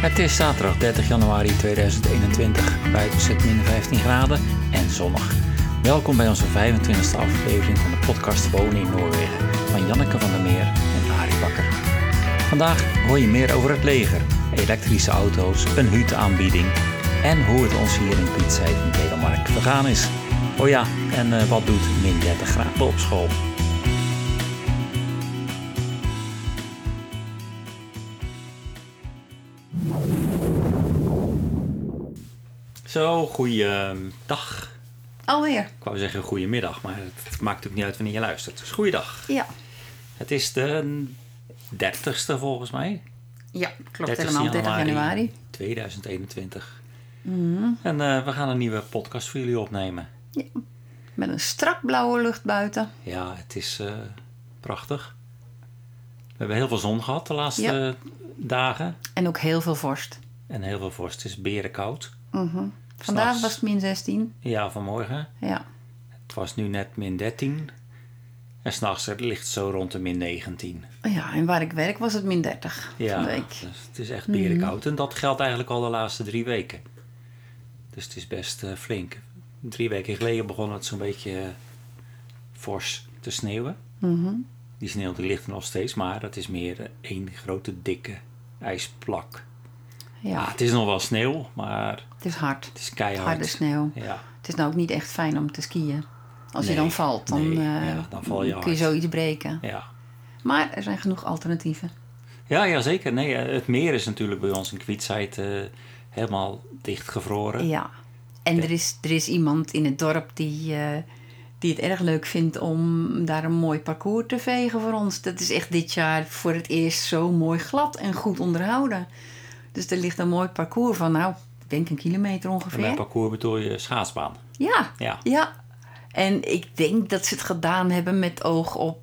Het is zaterdag 30 januari 2021. Buiten is het min 15 graden en zonnig. Welkom bij onze 25e aflevering van de podcast Wonen in Noorwegen van Janneke van der Meer en Arie Bakker. Vandaag hoor je meer over het leger, elektrische auto's, een huutaanbieding en hoe het ons hier in Pietsheid in Denemarken vergaan is. Oh ja, en wat doet min 30 graden op school? Zo, goeiedag. Alweer. Ik wou zeggen goedemiddag, maar het maakt natuurlijk niet uit wanneer je luistert. Dus goeiedag. Ja. Het is de 30ste volgens mij. Ja, klopt helemaal. 30 januari 2021. Mm-hmm. En we gaan een nieuwe podcast voor jullie opnemen. Ja. Met een strak blauwe lucht buiten. Ja, het is prachtig. We hebben heel veel zon gehad de laatste dagen. En ook heel veel vorst. En heel veel vorst. Het is berenkoud. Mm-hmm. Vandaag was het min 16. Ja, vanmorgen. Ja. Het was nu net min 13. En s'nachts ligt het zo rond de min 19. Ja, en waar ik werk was het min 30 ja, van de week. Dus het is echt berenkoud. En dat geldt eigenlijk al de laatste 3 weken. Dus het is best flink. 3 weken geleden begon het zo'n beetje fors te sneeuwen. Mm-hmm. Die sneeuw die ligt er nog steeds, maar dat is meer één grote dikke ijsplak. Ja. Het is nog wel sneeuw, maar Het is hard. het is keihard. Harde sneeuw. Ja. Het is nou ook niet echt fijn om te skiën. Als Nee, je dan valt, dan, dan val je kun hard. je zoiets breken. Ja. Maar er zijn genoeg alternatieven. Ja, zeker. Nee, het meer is natuurlijk bij ons in Kwietsheid helemaal dichtgevroren. Ja. En Ja. er is iemand in het dorp die het erg leuk vindt om daar een mooi parcours te vegen voor ons. Dat is echt dit jaar voor het eerst zo mooi glad en goed onderhouden. Dus er ligt een mooi parcours van, nou, ik denk 1 kilometer En ongeveer. bij parcours bedoel je schaatsbaan. Ja, Ja. ja. En ik denk dat ze het gedaan hebben met oog op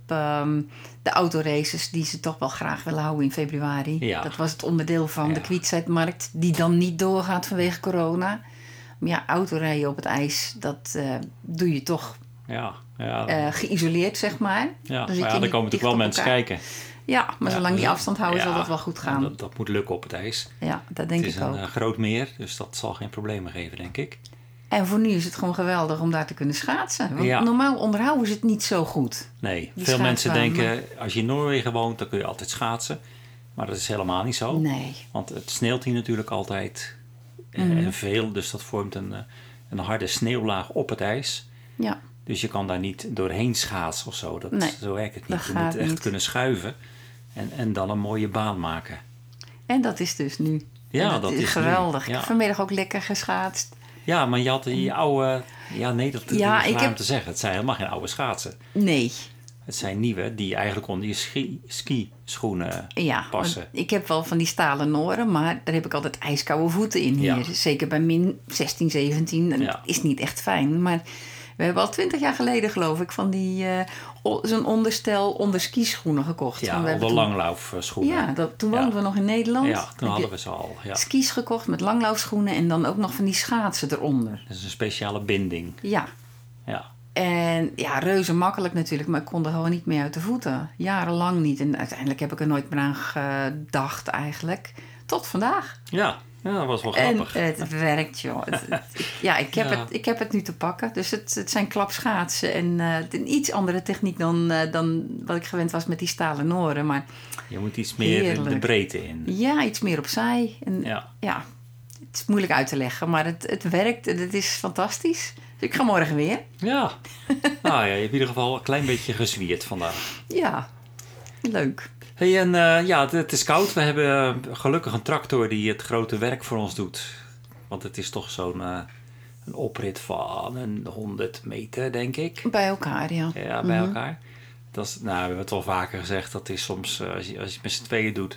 de autoraces die ze toch wel graag willen houden in februari. Ja. Dat was het onderdeel van Ja. de Kwietzijdmarkt die dan niet doorgaat vanwege corona. Maar ja, autorijden op het ijs, dat doe je toch Ja. geïsoleerd, zeg maar. Ja, Dan zit maar je er niet komen dicht natuurlijk wel op mensen elkaar. kijken. Ja, maar Ja, zolang die dus- afstand houden zal dat wel goed gaan. Dat moet lukken op het ijs. Ja, dat denk Het is ik ook. een groot meer, dus dat zal geen problemen geven, denk ik. En voor nu is het gewoon geweldig om daar te kunnen schaatsen. Want Ja. normaal onderhouden ze het niet zo goed. Nee, Die veel mensen schaatsbaan, denken, als je in Noorwegen woont, dan kun je altijd schaatsen. Maar dat is helemaal niet zo. Nee. Want het sneeuwt hier natuurlijk altijd Mhm. en veel. Dus dat vormt een harde sneeuwlaag op het ijs. Ja. Dus je kan daar niet doorheen schaatsen of zo. Nee, zo werkt het dat niet. Je gaat moet echt niet. kunnen schuiven en dan een mooie baan maken. En dat is dus nu. Ja, En dat is nu. geweldig. Ja. Ik heb vanmiddag ook lekker geschaatst. Ja, maar je had die oude... Ja, nee, dat is Ja, raar ik om heb- te zeggen. Het zijn helemaal geen oude schaatsen. Nee. Het zijn nieuwe die eigenlijk onder je skischoenen Ja, passen. want ik heb wel van die stalen noren, maar daar heb ik altijd ijskoude voeten in hier. Ja. Zeker bij min 16, 17. En Ja. dat is niet echt fijn. Maar we hebben al 20 jaar geleden, geloof ik, van die zo'n onderstel onder skischoenen gekocht. Ja, Van, we onder hebben toen- langlaufschoenen. Ja, toen woonden we nog in Nederland. Ja, toen Heb hadden je we ze al. Ja. skis gekocht met langlaufschoenen en dan ook nog van die schaatsen eronder. Dat is een speciale binding. Ja. Ja. En ja, reuze makkelijk natuurlijk, maar ik kon er gewoon niet meer uit de voeten. Jarenlang niet. En uiteindelijk heb ik er nooit meer aan gedacht eigenlijk. Tot vandaag. Ja, dat was wel En grappig. het werkt, joh. Ja, ik heb het nu te pakken. Dus het zijn klapschaatsen en een iets andere techniek dan wat ik gewend was met die stalen noren. Maar Je moet iets meer de heerlijk. breedte in. ja, iets meer opzij. En Ja. het is moeilijk uit te leggen, maar het werkt en het is fantastisch. Dus ik ga morgen weer. Ja. Nou ja, je hebt in ieder geval een klein beetje gezwierd vandaag. Ja, leuk. Hey, en het is koud. We hebben gelukkig een tractor die het grote werk voor ons doet. Want het is toch zo'n een oprit van een 100 meter, denk ik. Bij elkaar, ja. Ja, bij elkaar. Dat is, we hebben het wel vaker gezegd. Dat is soms, als je het met z'n tweeën doet...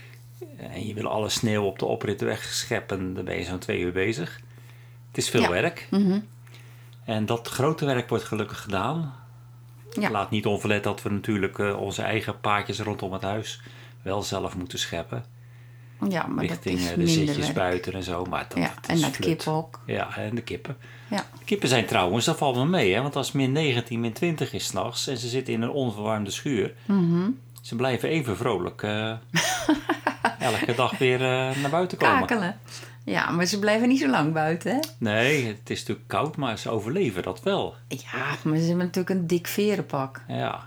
en je wil alle sneeuw op de oprit wegscheppen... dan ben je zo'n 2 uur bezig. Het is veel Ja. werk. Mm-hmm. En dat grote werk wordt gelukkig gedaan. Ja. Laat niet onverlet dat we natuurlijk onze eigen paadjes rondom het huis... wel zelf moeten scheppen. Ja, maar Richting dat is de minder zitjes werk. buiten en zo. Maar dat Ja, is en naar het flut. kippenhok. Ja, en de kippen. Ja. De kippen zijn trouwens, dat valt me mee. Hè? Want als min 19, min 20 is 's nachts... en ze zitten in een onverwarmde schuur... Mm-hmm. ze blijven even vrolijk elke dag weer naar buiten komen. Kakelen. Ja, maar ze blijven niet zo lang buiten, hè? Nee, het is natuurlijk koud, maar ze overleven dat wel. Ja, maar ze hebben natuurlijk een dik verenpak. Ja.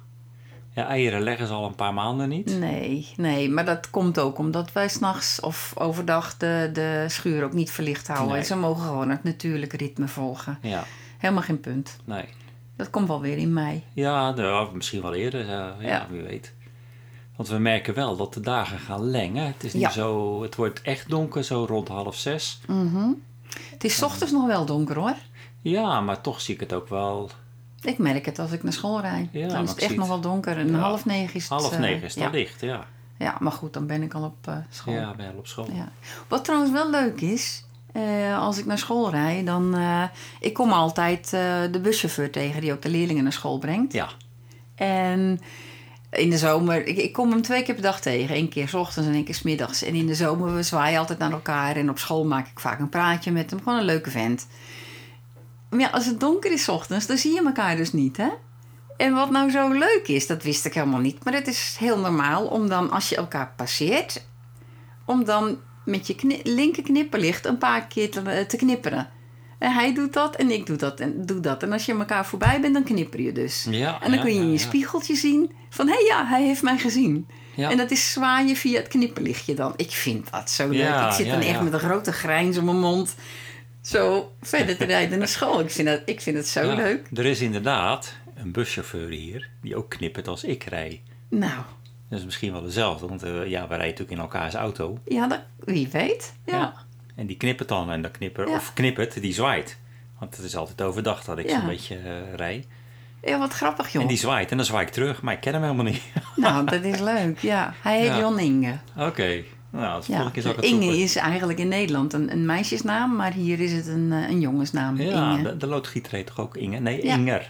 Ja, eieren leggen ze al een paar maanden niet. Nee, maar dat komt ook omdat wij 's nachts of overdag de schuur ook niet verlicht houden. Nee. Ze mogen gewoon het natuurlijke ritme volgen. Ja, Helemaal geen punt. nee. Dat komt wel weer in mei. Ja, misschien wel eerder. Ja, wie weet. Want we merken wel dat de dagen gaan lengen. Het is niet zo... Het wordt echt donker, zo rond 5:30. Het is 's ochtends nog wel donker, hoor. Ja, maar toch zie ik het ook wel... Ik merk het als ik naar school rijd. Ja, Dan is het echt nog wel donker. En 8:30 is het... 8:30 is het licht, ja. Ja, maar goed, dan ben ik al op school. Ja, ben je al op school. Ja. Wat trouwens wel leuk is... als ik naar school rijd, dan... ik kom altijd de buschauffeur tegen die ook de leerlingen naar school brengt. Ja. En in de zomer... Ik kom hem 2 keer per dag tegen. 1 keer 's ochtends en 1 keer 's middags. En in de zomer, we zwaaien altijd naar elkaar. En op school maak ik vaak een praatje met hem. Gewoon een leuke vent. Maar ja, als het donker is 's ochtends, dan zie je elkaar dus niet, hè? En wat nou zo leuk is, dat wist ik helemaal niet. Maar het is heel normaal om dan, als je elkaar passeert... om dan met je linker knipperlicht een paar keer te knipperen. En hij doet dat en ik doe dat en doe dat. En als je elkaar voorbij bent, dan knipper je dus. Ja, en dan kun je in je spiegeltje zien van... hé, hij heeft mij gezien. Ja. En dat is zwaaien via het knipperlichtje dan. Ik vind dat zo leuk. Ja, ik zit dan echt met een grote grijns om mijn mond... zo verder te rijden naar school. Ik vind het zo leuk. Er is inderdaad een buschauffeur hier... die ook knippert als ik rij. Nou... Dat is misschien wel dezelfde, want we rijden natuurlijk in elkaars auto. Ja, wie weet. Ja. En die knippert dan en dan knippert, die zwaait. Want het is altijd overdag dat ik zo'n beetje rij. Ja, wat grappig, joh. En die zwaait en dan zwaai ik terug, maar ik ken hem helemaal niet. Nou, dat is leuk, ja. Hij heet Jon Inge. Oké, nou, de volgende keer zal ik het Inge zoeken. is eigenlijk in Nederland een meisjesnaam, maar hier is het een jongensnaam. Ja, Inge. de loodgieter heet toch ook Inge? Nee, Inger.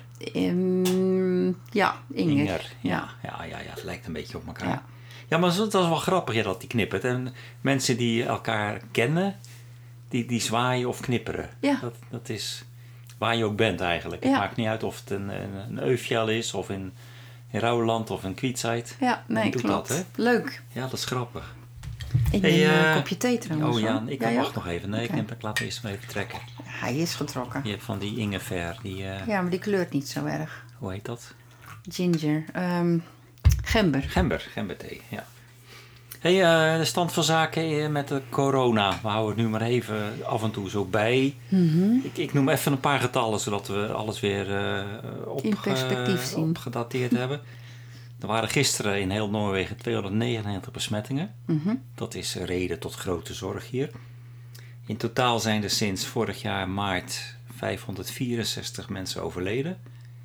Ja, Inger. Ja, het lijkt een beetje op elkaar. Ja, maar dat is wel grappig dat die knippert. En mensen die elkaar kennen, die zwaaien of knipperen. Ja. Dat is waar je ook bent eigenlijk. Het maakt niet uit of het een Eufjell is of in Rouwland of in Kwietzijd. Ja, nee, doet klopt. dat, hè? Leuk. Ja, dat is grappig. Ik neem een kopje thee trouwens. Oh ja, hoor. ik Jij wacht ook? nog even. Nee, Oké. ik laat eerst maar even trekken. Hij is getrokken. Je hebt van die ingefär, Ja, maar die kleurt niet zo erg. hoe heet dat? Ginger. Gember. Gemberthee, ja. Hey, de stand van zaken met de corona. We houden het nu maar even af en toe zo bij. Ik noem even een paar getallen, zodat we alles weer in perspectief zien. opgedateerd hebben. Er waren gisteren in heel Noorwegen 299 besmettingen. Dat is reden tot grote zorg hier. In totaal zijn er sinds vorig jaar maart 564 mensen overleden.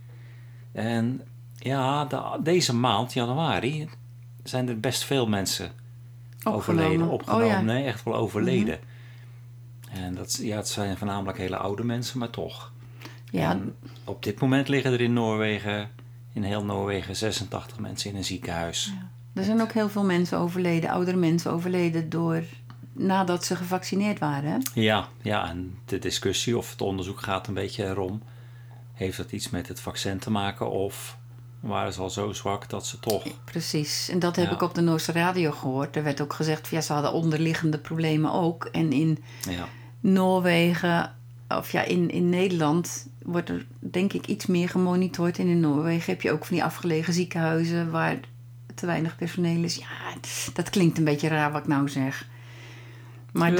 En ja, deze maand, januari, zijn er best veel mensen opgenomen. Oh, ja. Nee, echt wel overleden. En het zijn voornamelijk hele oude mensen, maar toch. Ja. En op dit moment liggen er in heel Noorwegen 86 mensen in een ziekenhuis. Ja. Er zijn ook heel veel mensen overleden, oudere mensen overleden nadat ze gevaccineerd waren. Hè? Ja, en de discussie of het onderzoek gaat een beetje erom. Heeft dat iets met het vaccin te maken of waren ze al zo zwak dat ze toch... Precies, en dat heb ik op de Noorse radio gehoord. Er werd ook gezegd, ze hadden onderliggende problemen ook. En in Noorwegen, of in Nederland wordt er denk ik iets meer gemonitord. En in Noorwegen heb je ook van die afgelegen ziekenhuizen waar te weinig personeel is. Ja, dat klinkt een beetje raar wat ik nou zeg. Maar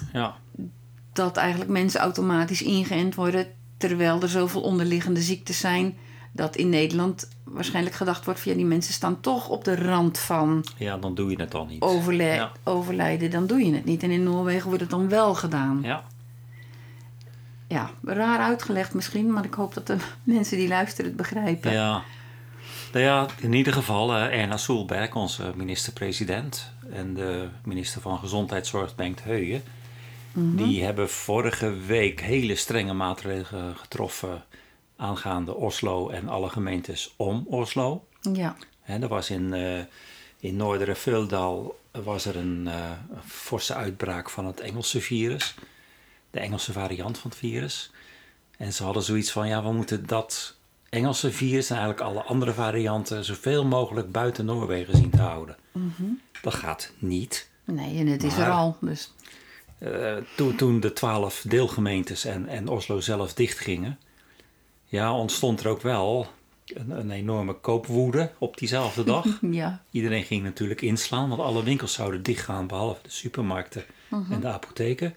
dat eigenlijk mensen automatisch ingeënt worden terwijl er zoveel onderliggende ziektes zijn, dat in Nederland waarschijnlijk gedacht wordt van die mensen staan toch op de rand van... Ja, dan doe je het dan niet. Overlijden, dan doe je het niet. En in Noorwegen wordt het dan wel gedaan. Ja. Ja, raar uitgelegd misschien, maar ik hoop dat de mensen die luisteren het begrijpen. Ja. Nou ja, in ieder geval Erna Solberg, onze minister-president, en de minister van Gezondheidszorg, Bengt Høie, die hebben vorige week hele strenge maatregelen getroffen aangaande Oslo en alle gemeentes om Oslo. Ja. Er was in Noordere Vuldal was er een forse uitbraak van het Engelse virus. De Engelse variant van het virus. En ze hadden zoiets van, we moeten dat Engelse virus en eigenlijk alle andere varianten zoveel mogelijk buiten Noorwegen zien te houden. Dat gaat niet. Nee, en het is er al. Dus. Toen de 12 deelgemeentes en Oslo zelf dichtgingen, ontstond er ook wel een enorme koopwoede op diezelfde dag. Ja. Iedereen ging natuurlijk inslaan, want alle winkels zouden dichtgaan, behalve de supermarkten en de apotheken.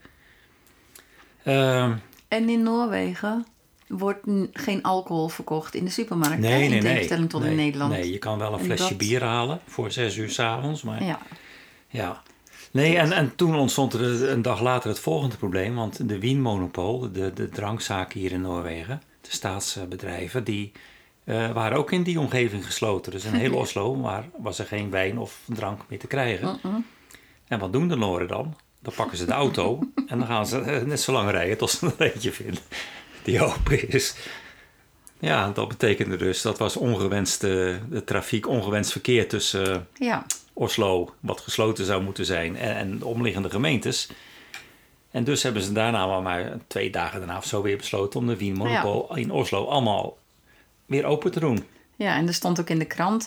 En in Noorwegen wordt geen alcohol verkocht in de supermarkt. Nee, in tegenstelling tot in Nederland. Nee, je kan wel een flesje bier halen voor 6 uur 's avonds. Maar ja. Nee, en toen ontstond er een dag later het volgende probleem. Want de wienmonopool, de drankzaken hier in Noorwegen, de staatsbedrijven, die waren ook in die omgeving gesloten. Dus in heel Oslo was er geen wijn of drank meer te krijgen. En wat doen de Noren dan? Dan pakken ze de auto en dan gaan ze net zo lang rijden tot ze er eentje vinden die open is. Ja, dat betekende dus, dat was de trafiek, ongewenst verkeer tussen Oslo, wat gesloten zou moeten zijn, en de omliggende gemeentes. En dus hebben ze daarna maar 2 dagen daarna of zo weer besloten om de wienmonopool in Oslo allemaal weer open te doen. Ja, en er stond ook in de krant,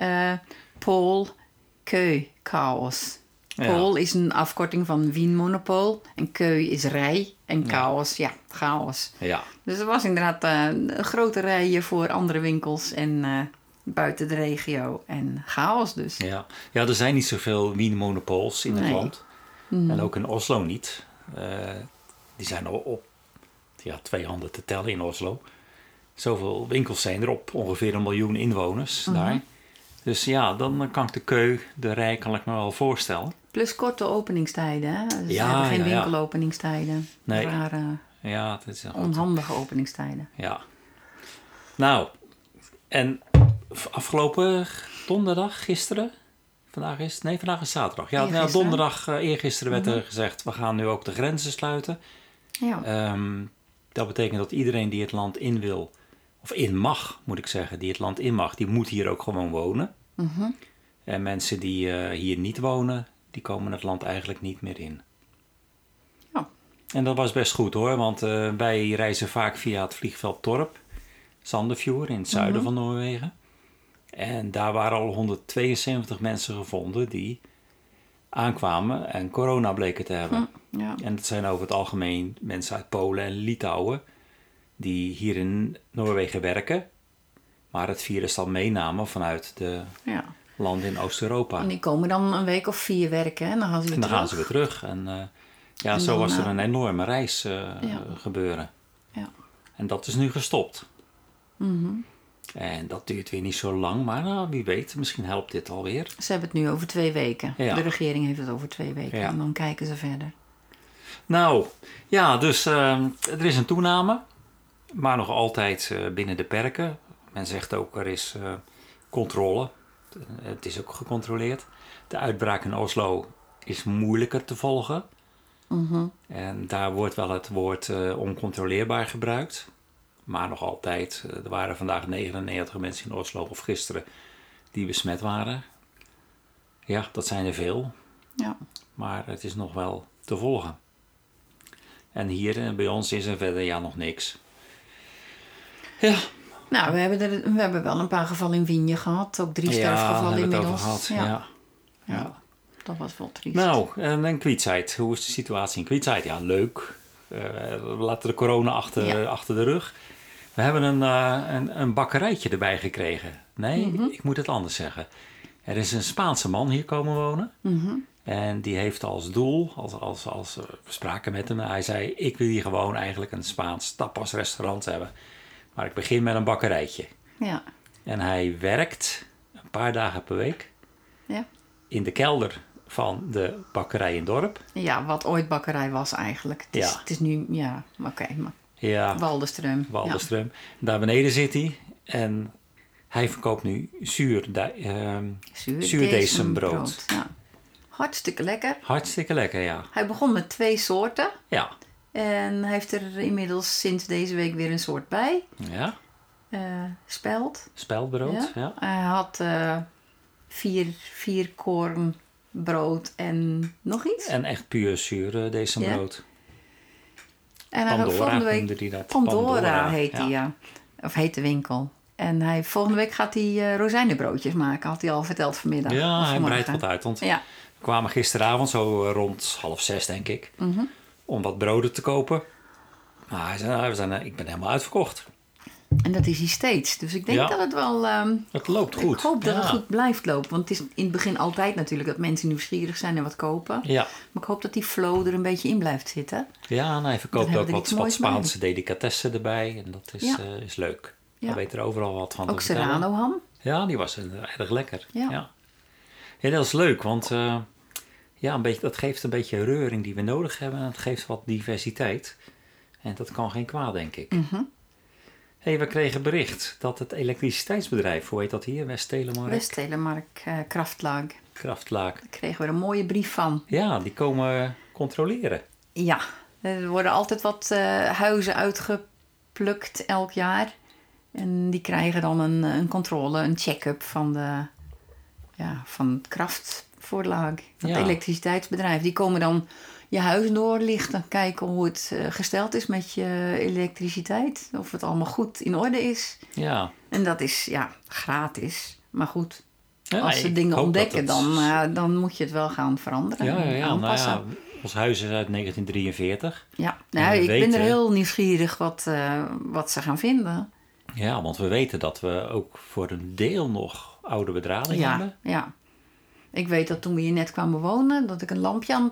Pool, keu, chaos. Pool is een afkorting van wienmonopool en keu is rij en chaos, chaos. Ja. Dus er was inderdaad grote rijen voor andere winkels en buiten de regio en chaos dus. Ja, er zijn niet zoveel wienmonopools in het land. En ook in Oslo niet. Die zijn op 2 handen te tellen in Oslo. Zoveel winkels zijn er op ongeveer 1 miljoen inwoners daar. Dus dan kan ik de keu, de rij, kan ik me wel voorstellen. Plus korte openingstijden, hè? Dus ze hebben geen winkelopeningstijden. Nee. Rare, het is onhandige openingstijden. Ja. Nou, en afgelopen donderdag, gisteren? Vandaag is zaterdag. Ja, donderdag, eergisteren werd er gezegd, we gaan nu ook de grenzen sluiten. Ja. Dat betekent dat iedereen die het land in wil, of in mag, moet ik zeggen, die het land in mag, die moet hier ook gewoon wonen. En mensen die hier niet wonen, die komen het land eigenlijk niet meer in. Ja. En dat was best goed hoor, want wij reizen vaak via het vliegveld Torp, Sandefjord in het zuiden van Noorwegen. En daar waren al 172 mensen gevonden die aankwamen en corona bleken te hebben. Ja. En het zijn over het algemeen mensen uit Polen en Litouwen die hier in Noorwegen werken, maar het virus dan meenamen vanuit de landen in Oost-Europa. En die komen dan een week of 4 werken en dan gaan ze weer terug. Gaan ze weer terug. En zo was er een enorme reis gebeuren. Ja. En dat is nu gestopt. En dat duurt weer niet zo lang, maar wie weet, misschien helpt dit alweer. Ze hebben het nu over 2 weken. Ja. De regering heeft het over 2 weken en dan kijken ze verder. Nou, dus er is een toename, maar nog altijd binnen de perken. Men zegt ook, er is controle. Het is ook gecontroleerd. De uitbraak in Oslo is moeilijker te volgen. En daar wordt wel het woord oncontroleerbaar gebruikt. Maar nog altijd, er waren vandaag 99 mensen in Oslo of gisteren die besmet waren. Ja, dat zijn er veel. Ja. Maar het is nog wel te volgen. En hier bij ons is er verder nog niks. Ja. Nou, we hebben wel een paar gevallen in Wienje gehad. Ook 3 sterfgevallen inmiddels. Ja, dat was wel triest. Nou, en Kvitsheid. Hoe is de situatie in Kvitsheid? Ja, leuk. We laten de corona achter de rug. We hebben een bakkerijtje erbij gekregen. Nee, ik moet het anders zeggen. Er is een Spaanse man hier komen wonen. En die heeft als doel, we spraken met hem, hij zei, ik wil hier gewoon eigenlijk een Spaans tapasrestaurant hebben. Maar ik begin met een bakkerijtje. Ja. En hij werkt een paar dagen per week in de kelder van de bakkerij in het dorp. Ja, wat ooit bakkerij was eigenlijk. Het is nu, Waldenström. Waldenström. Daar beneden zit hij en hij verkoopt nu zuurdesembrood. Ja. Hartstikke lekker. Hartstikke lekker, ja. Hij begon met 2 soorten. Ja. En hij heeft er inmiddels sinds deze week weer een soort bij. Ja. Speld. Speldbrood, ja. Hij had 4 kornbrood en nog iets. En echt puur zuurdesembrood. En hij had volgende week Pandora heet die, Of heet de winkel. En volgende week gaat hij rozijnenbroodjes maken. Had hij al verteld vanmiddag. Ja, of hij vanmorgen. breidt wat uit. Want Ja. we kwamen gisteravond zo rond 5:30, denk ik. Om wat broden te kopen. Maar hij zei, ik ben helemaal uitverkocht. En dat is hij steeds. Dus ik denk dat het wel... het loopt goed. Ik hoop dat het goed blijft lopen. Want het is in het begin altijd natuurlijk dat mensen nieuwsgierig zijn en wat kopen. Ja. Maar ik hoop dat die flow er een beetje in blijft zitten. Ja, en hij verkoopt ook wat Spaanse bij. delicatessen erbij. En dat is leuk. Ja. Hij weet er overal wat van ook te vertellen. Serrano ham. Ja, die was erg lekker. Ja. Ja, dat is leuk, want dat geeft een beetje reuring die we nodig hebben. En het geeft wat diversiteit. En dat kan geen kwaad, denk ik. We kregen bericht dat het elektriciteitsbedrijf, hoe heet dat hier? West-Telemark Kraftlag. Kraftlag. Daar kregen we een mooie brief van. Ja, die komen controleren. Ja, er worden altijd wat huizen uitgeplukt elk jaar. En die krijgen dan een controle, een check-up van het krachtvoorlaag. Het elektriciteitsbedrijf. Die komen dan je huis doorlichten. Kijken hoe het gesteld is met je elektriciteit. Of het allemaal goed in orde is. Ja. En dat is gratis. Maar goed, ja, als ze dingen ontdekken, dan moet je het wel gaan veranderen. Aanpassen. Nou ja, ons huis is uit 1943. Ja, ik ben er heel nieuwsgierig wat ze gaan vinden. Ja, want we weten dat we ook voor een deel nog oude bedrading hebben. Ja. Ik weet dat toen we hier net kwamen wonen, dat ik een lampje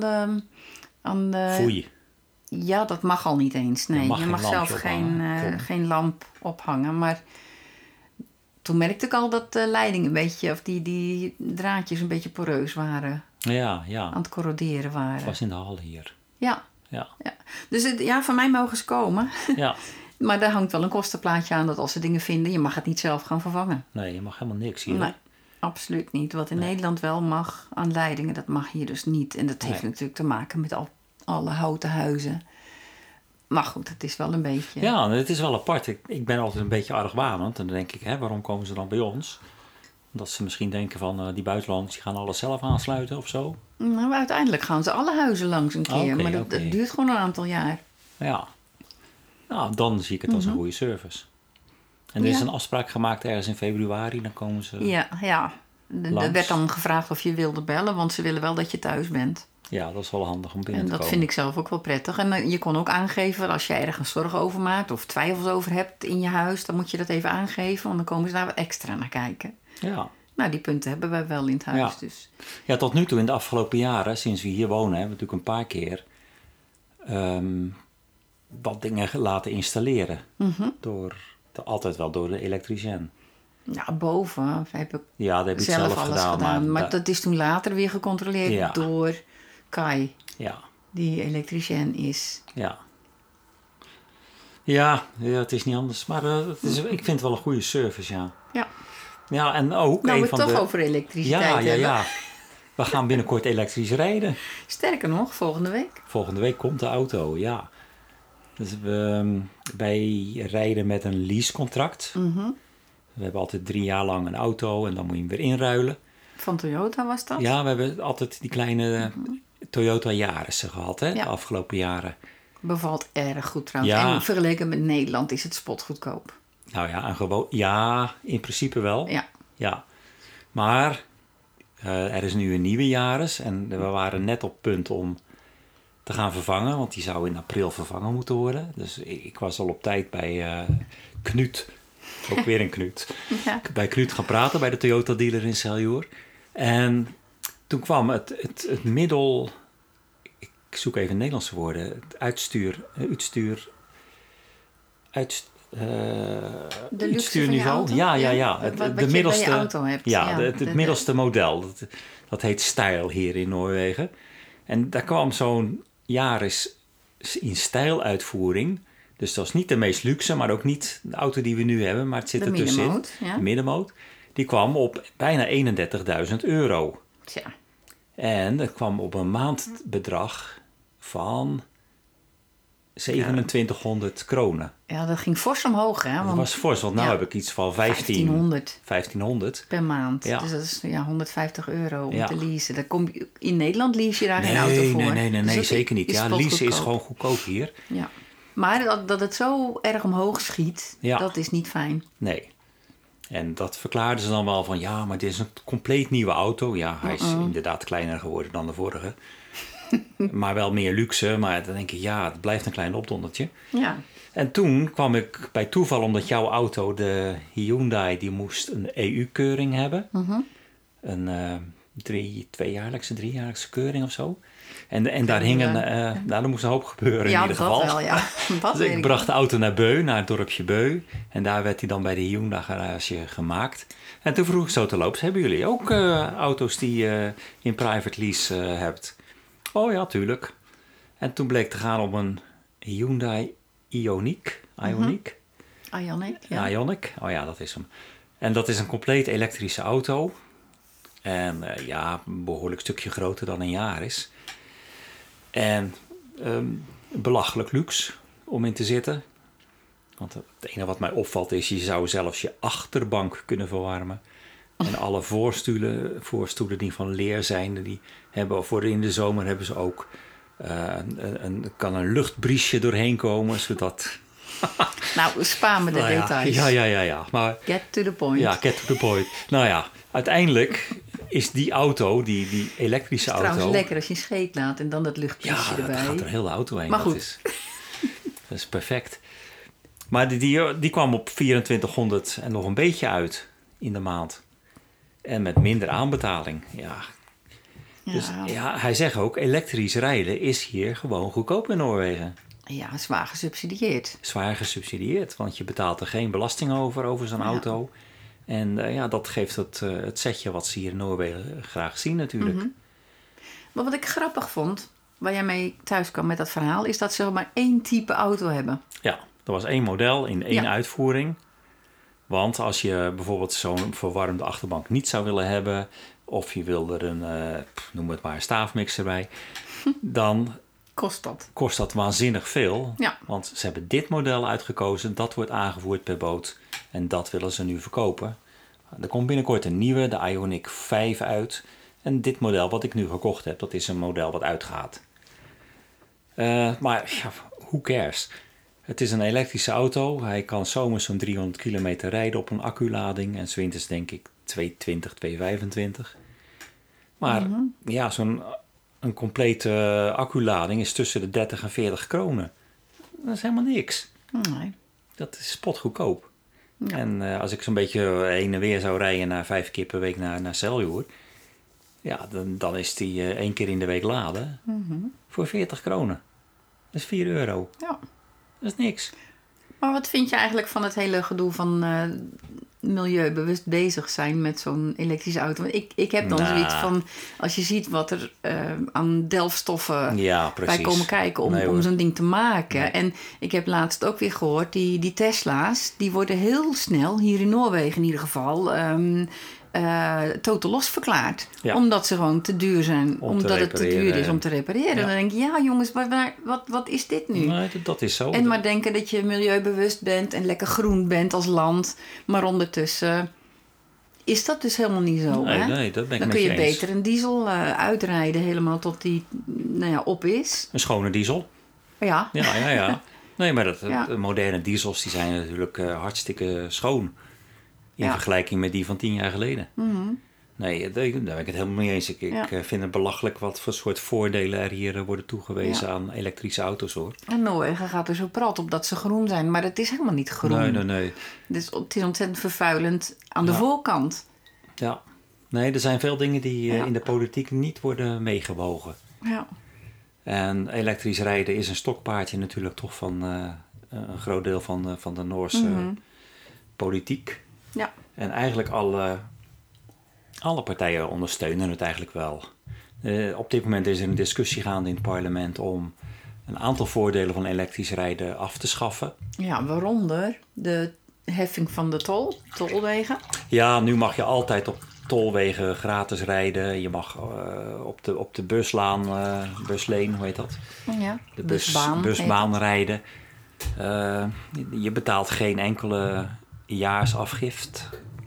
aan de... Foei. Ja, dat mag al niet eens. Nee, je mag zelf geen lamp ophangen. Maar toen merkte ik al dat de leidingen een beetje, of die draadjes een beetje poreus waren. Ja. Aan het corroderen waren. Het was in de hal hier. Ja. Dus van mij mogen ze komen. Ja. Maar daar hangt wel een kostenplaatje aan dat als ze dingen vinden, je mag het niet zelf gaan vervangen. Nee, je mag helemaal niks hier. Nee, absoluut niet. Wat in Nederland wel mag aan leidingen, dat mag hier dus niet. En dat heeft natuurlijk te maken met alle houten huizen. Maar goed, het is wel een beetje... Ja, het is wel apart. Ik ben altijd een beetje argwanend. En dan denk ik, waarom komen ze dan bij ons? Omdat ze misschien denken van, die buitenlanders die gaan alles zelf aansluiten of zo. Nou, uiteindelijk gaan ze alle huizen langs een keer. Maar dat duurt gewoon een aantal jaar. Ja. Nou, dan zie ik het als een goede service. En er is een afspraak gemaakt ergens in februari. Dan komen ze Ja. Er werd dan gevraagd of je wilde bellen. Want ze willen wel dat je thuis bent. Ja, dat is wel handig om binnen te komen. En dat vind ik zelf ook wel prettig. En je kon ook aangeven als je ergens zorgen over maakt of twijfels over hebt in je huis, dan moet je dat even aangeven, want dan komen ze daar wat extra naar kijken. Ja. Nou, die punten hebben wij wel in het huis. Ja. Dus. Ja, tot nu toe in de afgelopen jaren, sinds we hier wonen, hebben we natuurlijk een paar keer wat dingen laten installeren. Altijd wel door de elektricien. Ja, boven heb ik dat heb ik zelf alles gedaan. Maar dat is toen later weer gecontroleerd door Kai. Ja. Die elektricien is. Ja, het is niet anders. Maar ik vind het wel een goede service, ja. Ja. Ja, en ook nou, we het toch over elektriciteit hebben. Ja. We gaan binnenkort elektrisch rijden. Sterker nog, volgende week. Volgende week komt de auto, ja. Dus wij rijden met een leasecontract. We hebben altijd 3 jaar lang een auto en dan moet je hem weer inruilen. Van Toyota was dat? Ja, we hebben altijd die kleine Toyota Yarissen gehad, de afgelopen jaren. Bevalt erg goed trouwens. Ja. En vergeleken met Nederland is het spotgoedkoop. Nou ja, in principe wel. Ja. Maar er is nu een nieuwe Yaris en we waren net op punt om te gaan vervangen, want die zou in april vervangen moeten worden. Dus ik was al op tijd bij Knut, ook weer een Knut, bij Knut gaan praten, bij de Toyota dealer in Celjoer. En toen kwam het middel, ik zoek even Nederlandse woorden, het uitstuurniveau. Ja. De middelste, je auto hebt. Het middelste model. Dat heet Style hier in Noorwegen. En daar kwam zo'n Yaris in stijluitvoering. Dus dat is niet de meest luxe, maar ook niet de auto die we nu hebben. Maar het zit ertussenin. De middenmoot. Die kwam op bijna €31.000. Tja. En dat kwam op een maandbedrag van 2700 kronen. Ja, dat ging fors omhoog, hè? Dat was fors, want nu heb ik iets van 1500 per maand. Ja. Dus dat is €150 om te leasen. In Nederland lease je daar geen auto voor. Nee, zeker niet. Ja, leasen is gewoon goedkoop hier. Ja. Maar dat het zo erg omhoog schiet, dat is niet fijn. Nee. En dat verklaarden ze dan wel van... ja, maar dit is een compleet nieuwe auto. Ja, hij is inderdaad kleiner geworden dan de vorige. Maar wel meer luxe. Maar dan denk ik, ja, het blijft een klein opdondertje. Ja. En toen kwam ik bij toeval, omdat jouw auto, de Hyundai... die moest een EU-keuring hebben. Een 3-jaarlijkse keuring of zo. En daar hing er moest een hoop gebeuren in ieder geval. Wel, ja. Dus ik bracht de auto naar Beu, naar het dorpje Beu. En daar werd hij dan bij de Hyundai garage gemaakt. En toen vroeg ik zo terloops, hebben jullie ook auto's die je in private lease hebt? Oh ja, tuurlijk. En toen bleek te gaan om een Hyundai Ioniq. Ioniq, ja. Ioniq, oh ja, dat is hem. En dat is een compleet elektrische auto. En een behoorlijk stukje groter dan een Yaris. En belachelijk luxe om in te zitten. Want het enige wat mij opvalt is... je zou zelfs je achterbank kunnen verwarmen. En alle voorstoelen die van leer zijn... die hebben voor in de zomer hebben ze ook... kan een luchtbriesje doorheen komen, zodat... Nou, spaar me de details. Ja. Maar, get to the point. Ja, get to the point. Nou ja, uiteindelijk... is die auto, die elektrische auto... Het is trouwens lekker als je een scheet laat en dan dat luchtbriesje erbij. Ja, dat gaat er heel de auto heen. Maar goed. Dat is perfect. Maar die kwam op 2400 en nog een beetje uit in de maand. En met minder aanbetaling. Ja. Dus hij zegt ook, elektrisch rijden is hier gewoon goedkoop in Noorwegen. Ja, zwaar gesubsidieerd. Zwaar gesubsidieerd, want je betaalt er geen belasting over zo'n auto... En dat geeft het setje wat ze hier in Noorwegen graag zien natuurlijk. Maar wat ik grappig vond, waar jij mee thuis kwam met dat verhaal... is dat ze maar 1 type auto hebben. Ja, er was 1 model in 1 uitvoering. Want als je bijvoorbeeld zo'n verwarmde achterbank niet zou willen hebben... of je wil er noem het maar, een staafmixer bij... dan kost dat waanzinnig veel. Ja. Want ze hebben dit model uitgekozen, dat wordt aangevoerd per boot... En dat willen ze nu verkopen. Er komt binnenkort een nieuwe, de Ioniq 5 uit. En dit model wat ik nu gekocht heb, dat is een model wat uitgaat. Maar who cares? Het is een elektrische auto. Hij kan zomers zo'n 300 kilometer rijden op een acculading. En 's winters denk ik 220, 225. Maar een complete acculading is tussen de 30 en 40 kronen. Dat is helemaal niks. Nee. Dat is spotgoedkoop. Ja. En als ik zo'n beetje heen en weer zou rijden naar 5 keer per week naar Seljord... ja, dan is die 1 keer in de week laden voor 40 kronen. Dat is €4. Ja. Dat is niks. Maar wat vind je eigenlijk van het hele gedoe van milieubewust bezig zijn met zo'n elektrische auto? Want ik heb dan zoiets van, als je ziet wat er aan delfstoffen bij komen kijken om zo'n ding te maken. Nee. En ik heb laatst ook weer gehoord, die Tesla's, die worden heel snel, hier in Noorwegen in ieder geval, totaal los verklaard. Ja. Omdat ze gewoon te duur zijn. Omdat het te duur is om te repareren. Ja. Dan denk je, ja jongens, wat is dit nu? Nee, dat is zo. En maar denken dat je milieubewust bent en lekker groen bent als land. Maar ondertussen is dat dus helemaal niet zo. Nee, hè? Nee, dat ben ik dan met kun je je beter een diesel uitrijden helemaal tot die op is. Een schone diesel. Ja. Ja. Nee, maar de moderne diesels die zijn natuurlijk hartstikke schoon. In vergelijking met die van 10 jaar geleden. Mm-hmm. Nee, daar ben ik het helemaal mee eens. Ik vind het belachelijk wat voor soort voordelen er hier worden toegewezen aan elektrische auto's, hoor. En Noorwegen gaat er zo prat op dat ze groen zijn. Maar het is helemaal niet groen. Nee. Dus het is ontzettend vervuilend aan de voorkant. Ja. Nee, er zijn veel dingen die in de politiek niet worden meegewogen. Ja. En elektrisch rijden is een stokpaardje natuurlijk toch van een groot deel van de Noorse politiek. Ja. En eigenlijk alle partijen ondersteunen het eigenlijk wel. Op dit moment is er een discussie gaande in het parlement om een aantal voordelen van elektrisch rijden af te schaffen. Ja, waaronder de heffing van de tolwegen. Ja, nu mag je altijd op tolwegen gratis rijden. Je mag op de busleen, hoe heet dat? Ja, de busbaan rijden. Je betaalt geen enkele jaarsafgift.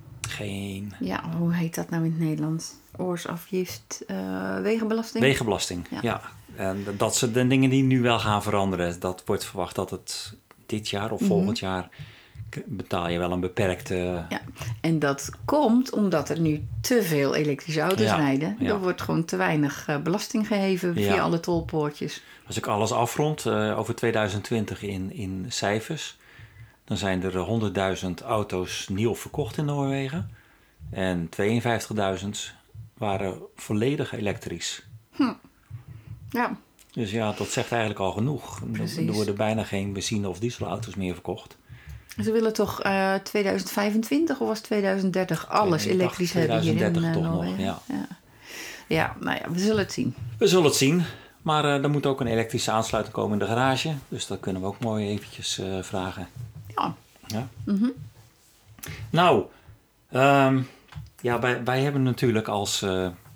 Ja, hoe heet dat nou in het Nederlands? Oorsafgift, wegenbelasting? Wegenbelasting, ja. En dat zijn de dingen die nu wel gaan veranderen. Dat wordt verwacht dat het dit jaar of volgend jaar betaal je wel een beperkte... Ja, en dat komt omdat er nu te veel elektrische auto's rijden. Ja. Er wordt gewoon te weinig belasting geheven via alle tolpoortjes. Als ik alles afrond over 2020 in cijfers... dan zijn er 100.000 auto's nieuw verkocht in Noorwegen. En 52.000 waren volledig elektrisch. Ja. Dus ja, dat zegt eigenlijk al genoeg. Er worden bijna geen benzine- of dieselauto's meer verkocht. Ze willen toch 2025 of was 2030 alles elektrisch hebben hier in 2030 toch Noorwegen. nog, ja. Ja, nou ja, we zullen het zien. We zullen het zien. Maar er moet ook een elektrische aansluiting komen in de garage. Dus dat kunnen we ook mooi eventjes vragen. Ja. Nou, wij hebben natuurlijk als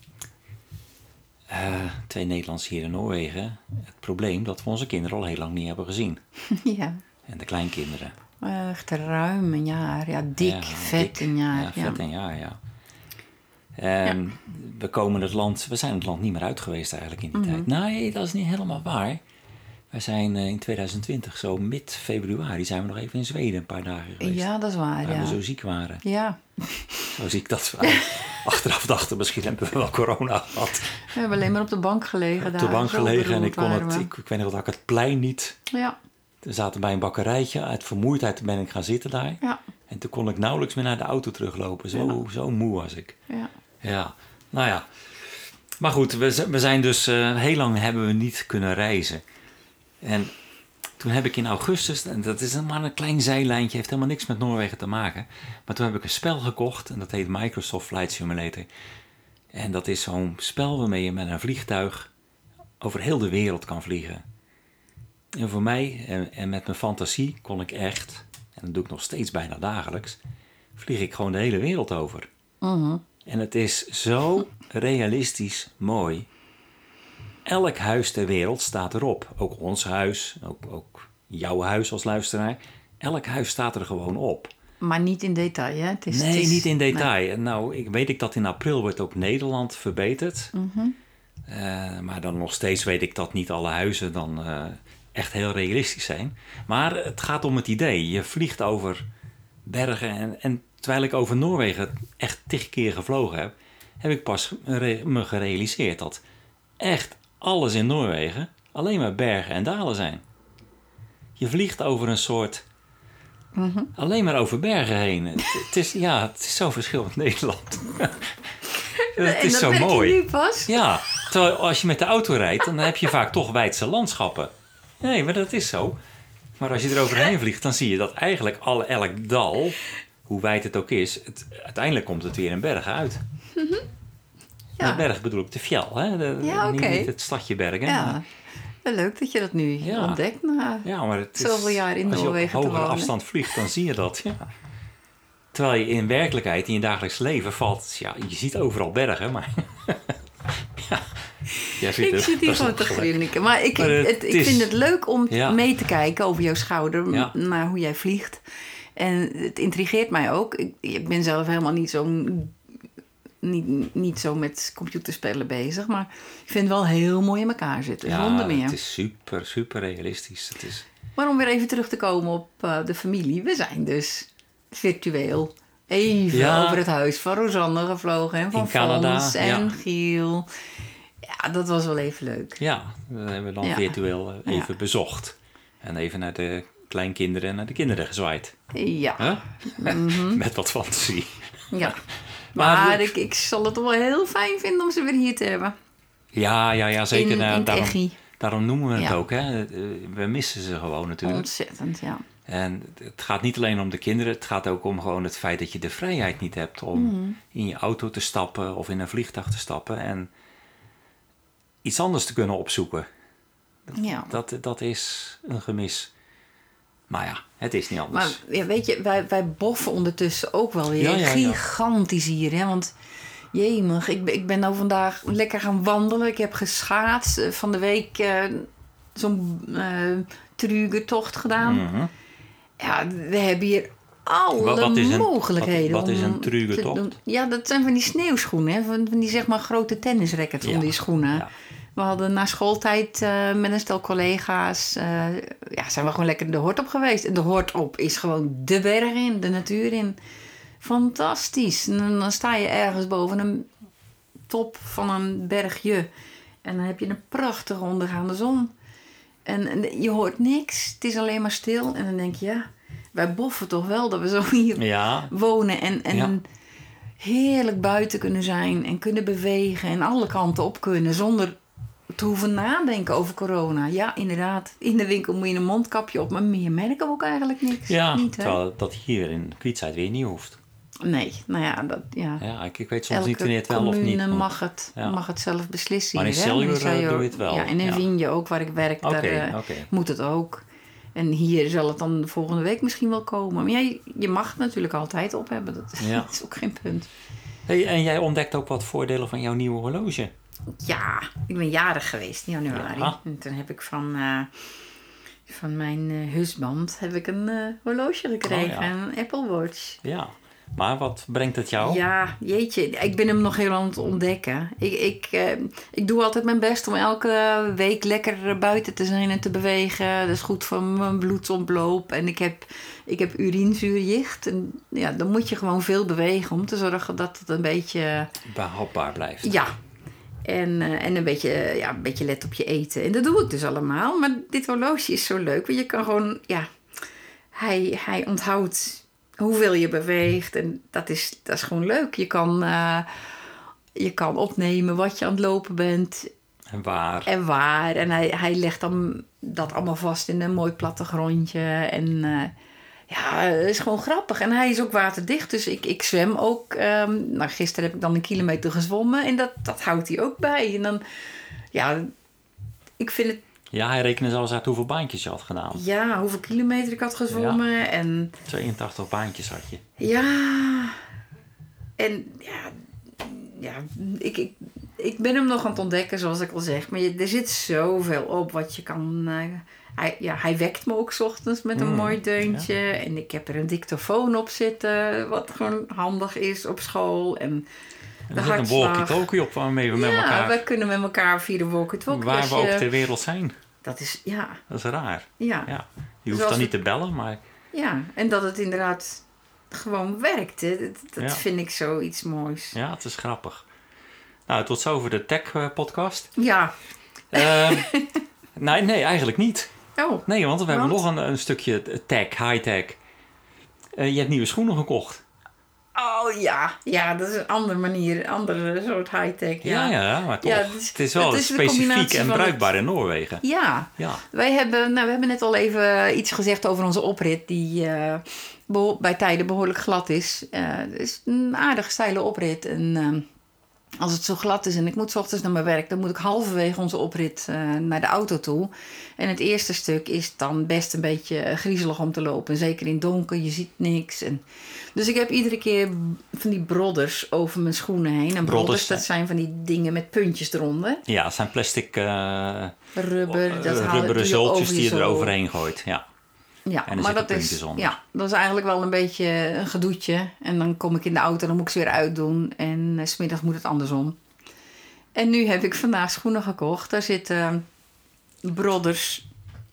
twee Nederlanders hier in Noorwegen het probleem dat we onze kinderen al heel lang niet hebben gezien. Ja. En de kleinkinderen. Echt ruim een jaar. Ja, vet een jaar. Ja, vet een jaar, ja. En we zijn het land niet meer uit geweest eigenlijk in die tijd. Nee, dat is niet helemaal waar. Wij zijn in 2020, zo mid-februari, zijn we nog even in Zweden een paar dagen geweest. Ja, dat is waar, waar we zo ziek waren. Ja. Zo ziek dat we achteraf dachten, misschien hebben we wel corona gehad. We hebben alleen maar op de bank gelegen daar. Op de bank gelegen en ik weet nog dat ik het plein niet... Ja. We zaten bij een bakkerijtje, uit vermoeidheid ben ik gaan zitten daar. Ja. En toen kon ik nauwelijks meer naar de auto teruglopen. Zo moe was ik. Ja, nou ja. Maar goed, we zijn dus... heel lang hebben we niet kunnen reizen. En toen heb ik in augustus... En dat is maar een klein zijlijntje, heeft helemaal niks met Noorwegen te maken. Maar toen heb ik een spel gekocht en dat heet Microsoft Flight Simulator. En dat is zo'n spel waarmee je met een vliegtuig over heel de wereld kan vliegen. En voor mij en met mijn fantasie kon ik echt... En dat doe ik nog steeds bijna dagelijks... vlieg ik gewoon de hele wereld over. En het is zo realistisch mooi. Elk huis ter wereld staat erop. Ook ons huis, ook jouw huis als luisteraar. Elk huis staat er gewoon op. Maar niet in detail, hè? Niet in detail. Nee. Nou, weet ik dat in april wordt ook Nederland verbeterd. Maar dan nog steeds weet ik dat niet alle huizen dan echt heel realistisch zijn. Maar het gaat om het idee. Je vliegt over bergen en terwijl ik over Noorwegen echt 10 keer gevlogen heb ik pas me gerealiseerd dat echt alles in Noorwegen alleen maar bergen en dalen zijn. Je vliegt over een soort... alleen maar over bergen heen. Het is zo verschillend Nederland. Het is zo mooi. Je nu pas? Ja, terwijl als je met de auto rijdt, dan heb je vaak toch wijdse landschappen. Nee, maar dat is zo. Maar als je er overheen vliegt, dan zie je dat eigenlijk elk dal, hoe wijd het ook is, uiteindelijk komt het weer in bergen uit. Ja. De berg bedoel ik de fjell, hè? Niet het stadje Bergen. Ja. Leuk dat je dat nu ontdekt na maar zoveel jaar in Noorwegen te wonen. Als je op hogere afstand vliegt, dan zie je dat. Ja. Terwijl je in werkelijkheid, in je dagelijks leven valt... Ja, je ziet overal bergen, maar... Ik zit hier gewoon te grinniken. Maar ik vind het leuk om mee te kijken over jouw schouder... naar hoe jij vliegt. En het intrigeert mij ook. Ik ben zelf helemaal niet zo met computerspellen bezig. Maar ik vind het wel heel mooi in elkaar zitten. Zonder meer. Het is super, super realistisch. Maar om weer even terug te komen op de familie. We zijn dus virtueel even over het huis van Rosanne gevlogen. En van Fons en Giel. Ja, dat was wel even leuk. Ja, dat hebben we dan virtueel even bezocht. En even naar de kleinkinderen en naar de kinderen gezwaaid. Ja. Met wat fantasie. Ja. Maar ik zal het wel heel fijn vinden om ze weer hier te hebben. Ja, zeker. Daarom noemen we het ook. Hè? We missen ze gewoon natuurlijk. Ontzettend, ja. En het gaat niet alleen om de kinderen. Het gaat ook om gewoon het feit dat je de vrijheid niet hebt om in je auto te stappen of in een vliegtuig te stappen en iets anders te kunnen opzoeken. Dat is een gemis. Maar ja, het is niet anders. Maar weet je, wij boffen ondertussen ook wel weer gigantisch hier. Hè? Want jemig, ik ben nou vandaag lekker gaan wandelen. Ik heb geschaatst. Van de week zo'n trugertocht gedaan. Ja, we hebben hier alle mogelijkheden. Wat is een trugertocht? Ja, dat zijn van die sneeuwschoenen. Hè? Van die zeg maar grote tennisrackets onder die schoenen. Ja. We hadden na schooltijd met een stel collega's... zijn we gewoon lekker de hort op geweest. En de hort op is gewoon de berg in, de natuur in. Fantastisch. En dan sta je ergens boven een top van een bergje. En dan heb je een prachtige ondergaande zon. En je hoort niks. Het is alleen maar stil. En dan denk je, ja, wij boffen toch wel dat we zo hier wonen. En heerlijk buiten kunnen zijn. En kunnen bewegen. En alle kanten op kunnen. Zonder te hoeven nadenken over corona. Ja, inderdaad. In de winkel moet je een mondkapje op. Maar meer merken we ook eigenlijk niks. Ja, niet, terwijl dat hier in Kwietzijd weer niet hoeft. Nee, nou ja, dat, ja, ik weet soms niet wanneer het wel of niet moet. Mag het zelf beslissen. Maar in Celluur doe je het wel. Ja, en in Vigne ook, waar ik werk, daar moet het ook. En hier zal het dan de volgende week misschien wel komen. Maar je mag het natuurlijk altijd op hebben. Dat is ook geen punt. Hey, en jij ontdekt ook wat voordelen van jouw nieuwe horloge. Ja, ik ben jarig geweest in januari. Ja. En toen heb ik van mijn husband heb ik een horloge gekregen. Een Apple Watch. Ja. Maar wat brengt het jou? Ja, jeetje. Ik ben hem nog heel aan het ontdekken. Ik doe altijd mijn best om elke week lekker buiten te zijn en te bewegen. Dat is goed voor mijn bloedsomloop. En ik heb urinezuurjicht. En ja, dan moet je gewoon veel bewegen om te zorgen dat het een beetje... behapbaar blijft. Ja. En een beetje let op je eten. En dat doe ik dus allemaal. Maar dit horloge is zo leuk. Want je kan gewoon... Ja, hij onthoudt hoeveel je beweegt. En dat is gewoon leuk. Je kan opnemen wat je aan het lopen bent. En waar. En hij legt dan dat allemaal vast in een mooi plattegrondje. En het is gewoon grappig. En hij is ook waterdicht. Dus ik zwem ook. Gisteren heb ik dan 1 kilometer gezwommen. En dat houdt hij ook bij. En dan, ik vind het... Ja, hij rekende zelfs uit hoeveel baantjes je had gedaan. Ja, hoeveel kilometer ik had gezwommen. Ja. En 82 baantjes had je. Ja. En ik ben hem nog aan het ontdekken, zoals ik al zeg. Maar er zit zoveel op wat je kan... Hij wekt me ook 's ochtends met een mooi deuntje. Ja. En ik heb er een dictafoon op zitten, wat gewoon handig is op school. En er zit een walkie-talkie op waarmee we met elkaar... Ja, wij kunnen met elkaar via de walkie-talkie. Waar we ook ter wereld zijn. Dat is, Dat is raar. Ja. Je hoeft dan niet te bellen, maar... Ja, en dat het inderdaad gewoon werkt. Hè. Dat vind ik zoiets moois. Ja, het is grappig. Nou, tot zover de tech-podcast. Ja. Nee, eigenlijk niet. Oh. Nee, want we hebben nog een stukje tech, high-tech. Je hebt nieuwe schoenen gekocht. Oh ja. Ja, dat is een andere manier. Een andere soort high-tech. Ja, maar toch. Ja, het is wel specifiek en bruikbaar in Noorwegen. Ja. We hebben net al even iets gezegd over onze oprit. Die bij tijden behoorlijk glad is. Het is een aardig steile oprit. En als het zo glad is en ik moet 's ochtends naar mijn werk... dan moet ik halverwege onze oprit naar de auto toe. En het eerste stuk is dan best een beetje griezelig om te lopen. Zeker in het donker, je ziet niks. Dus ik heb iedere keer van die brodders over mijn schoenen heen. En brodders, dat zijn van die dingen met puntjes eronder. Ja, het zijn plastic rubberen zultjes die je eroverheen gooit. Ja, maar dat is eigenlijk wel een beetje een gedoetje. En dan kom ik in de auto en dan moet ik ze weer uitdoen. En 's middags moet het andersom. En nu heb ik vandaag schoenen gekocht. Daar zitten brodders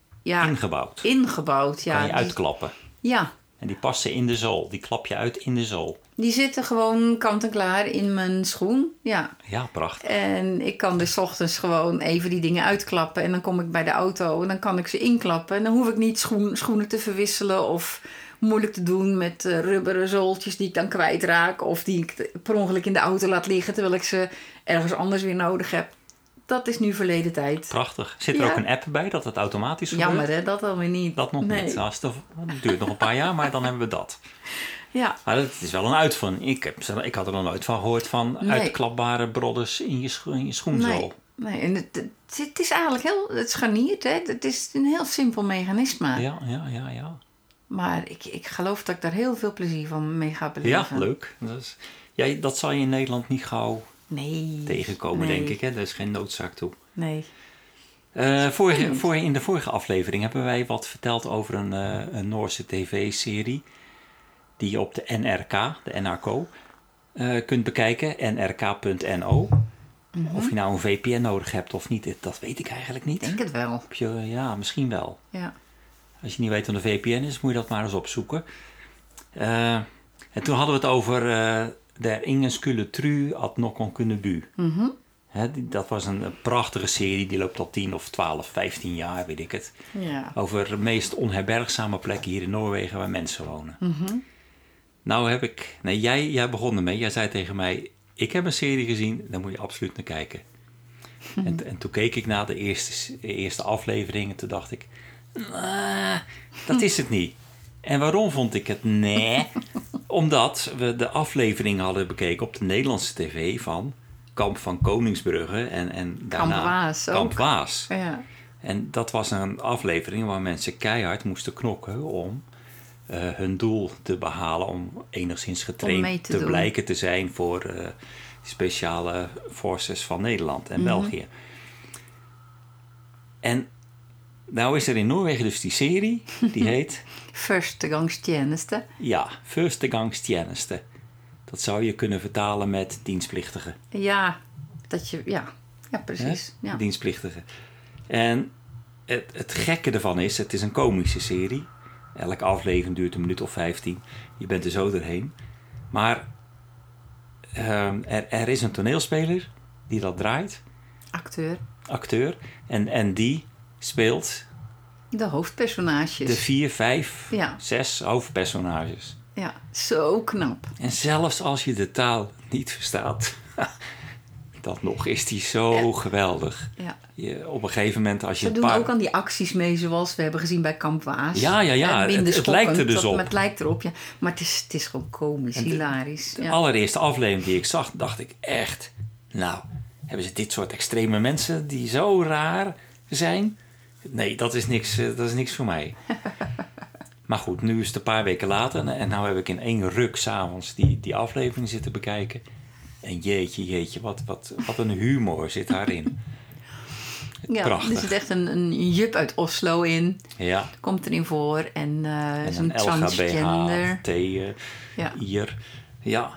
ingebouwd. Ja, kan je uitklappen. Ja. En die passen in de zool. Die klap je uit in de zool. Die zitten gewoon kant en klaar in mijn schoen. Ja, prachtig. En ik kan dus 's ochtends gewoon even die dingen uitklappen. En dan kom ik bij de auto en dan kan ik ze inklappen. En dan hoef ik niet schoenen te verwisselen of moeilijk te doen met rubberen zooltjes die ik dan kwijtraak. Of die ik per ongeluk in de auto laat liggen terwijl ik ze ergens anders weer nodig heb. Dat is nu verleden tijd. Prachtig. Zit er ook een app bij dat het automatisch gebeurt? Jammer hè, dat alweer niet. Dat nog niet. Nou, het duurt nog een paar jaar, maar dan hebben we dat. Ja. Maar het is wel een uitvinding. Ik had er nog nooit van gehoord van uitklapbare brodders in je schoenzool. Nee. En het is eigenlijk het scharniert. Hè? Het is een heel simpel mechanisme. Ja. Maar ik geloof dat ik daar heel veel plezier van mee ga beleven. Ja, leuk. Dat zal je in Nederland niet gauw tegenkomen, denk ik. Hè? Daar is geen noodzaak toe. Nee. In de vorige aflevering hebben wij wat verteld over een Noorse tv-serie die je op de NRK, de NRK, kunt bekijken, nrk.no. Of je nou een VPN nodig hebt of niet, dat weet ik eigenlijk niet. Ik denk het wel. Ja, misschien wel. Ja. Als je niet weet wat een VPN is, moet je dat maar eens opzoeken. En toen hadden we het over Der Ingen skulle tru at nokon kunne bu. Dat was een prachtige serie, die loopt al 10 of 12, 15 jaar, weet ik het. Ja. Over de meest onherbergzame plekken hier in Noorwegen waar mensen wonen. Nou jij begon ermee. Jij zei tegen mij, ik heb een serie gezien, daar moet je absoluut naar kijken. En toen keek ik naar de eerste aflevering en toen dacht ik, dat is het niet. En waarom vond ik het nee? Omdat we de aflevering hadden bekeken op de Nederlandse tv van Kamp van Koningsbrugge en daarna Kamp Waas. Ja. En dat was een aflevering waar mensen keihard moesten knokken om hun doel te behalen, om enigszins getraind te blijken te zijn voor de speciale forces van Nederland en België. En nou is er in Noorwegen dus die serie, die heet Førstegangstjeneste. Ja, Førstegangstjeneste. Dat zou je kunnen vertalen met dienstplichtige. Ja, precies. Ja. Dienstplichtige. En het gekke ervan is, het is een komische serie. Elke aflevering duurt een minuut of 15. Je bent er zo doorheen. Maar er is een toneelspeler die dat draait. Acteur. En die speelt de hoofdpersonages. De 4, 5, 6 hoofdpersonages. Ja, zo knap. En zelfs als je de taal niet verstaat, dat nog is die zo geweldig. Ja. Op een gegeven moment als je Ze doen ook aan die acties mee, zoals we hebben gezien bij Kamp Waas. Ja. Het lijkt er dus op. Het lijkt erop, ja. Maar het is gewoon komisch, hilarisch. De allereerste aflevering die ik zag, dacht ik echt, nou, hebben ze dit soort extreme mensen die zo raar zijn? Nee, dat is niks voor mij. Maar goed, nu is het een paar weken later en nou heb ik in 1 ruk 's avonds die aflevering zitten bekijken. En jeetje, wat een humor zit daarin. Prachtig. Er zit echt een jup uit Oslo in. Ja. Komt erin voor. En zo'n transgender. Ier. Ja.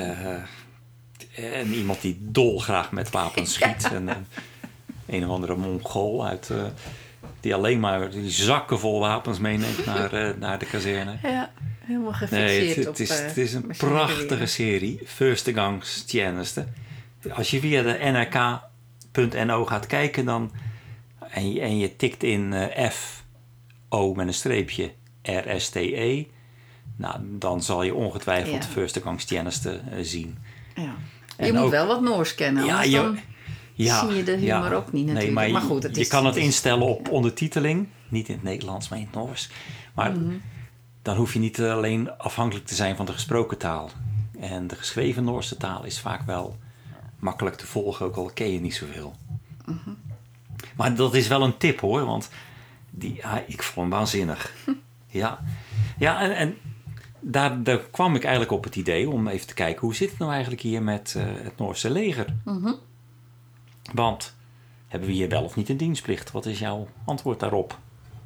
En iemand die dolgraag met wapens schiet. En een of andere Mongool uit... die alleen maar die zakken vol wapens meeneemt naar de kazerne. Ja, helemaal gefixeerd het is een prachtige serie. Førstegangstjeneste. Als je via de nrk.no gaat kijken dan, en je tikt in F-O met een streepje R-S-T-E... Nou, dan zal je ongetwijfeld Førstegangstjeneste zien. Ja. Je moet wel wat Noors kennen, anders dan... zie je de humor ook niet natuurlijk. Nee, maar goed, je kan het instellen op ondertiteling. Niet in het Nederlands, maar in het Noors. Maar dan hoef je niet alleen afhankelijk te zijn van de gesproken taal. En de geschreven Noorse taal is vaak wel makkelijk te volgen, ook al ken je niet zoveel. Maar dat is wel een tip hoor, want ik vond hem waanzinnig. Ja, en daar kwam ik eigenlijk op het idee om even te kijken... hoe zit het nou eigenlijk hier met het Noorse leger? Want hebben we hier wel of niet een dienstplicht? Wat is jouw antwoord daarop?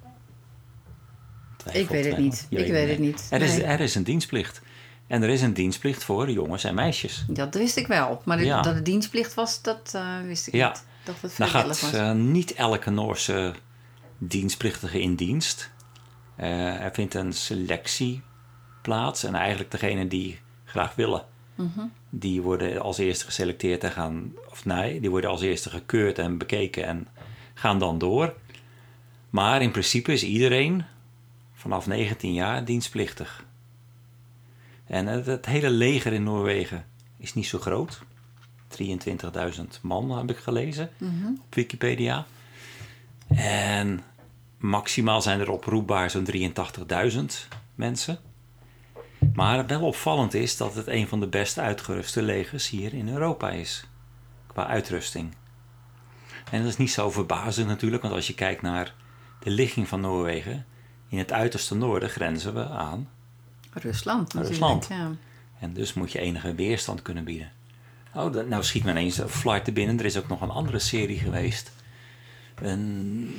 Ik weet het niet. Er is een dienstplicht. En er is een dienstplicht voor jongens en meisjes. Dat wist ik wel. Maar dat het dienstplicht was, dat wist ik niet. Dat het vrijwillig was. Niet elke Noorse dienstplichtige in dienst. Er vindt een selectie plaats. En eigenlijk degenen die graag willen... Die worden als eerste geselecteerd en die worden als eerste gekeurd en bekeken en gaan dan door. Maar in principe is iedereen vanaf 19 jaar dienstplichtig. En het hele leger in Noorwegen is niet zo groot. 23.000 man heb ik gelezen op Wikipedia. En maximaal zijn er oproepbaar zo'n 83.000 mensen. Maar wel opvallend is dat het een van de best uitgeruste legers hier in Europa is. Qua uitrusting. En dat is niet zo verbazend natuurlijk, want als je kijkt naar de ligging van Noorwegen... in het uiterste noorden grenzen we aan Rusland. Ja. En dus moet je enige weerstand kunnen bieden. Nou schiet me ineens een flight te binnen. Er is ook nog een andere serie geweest.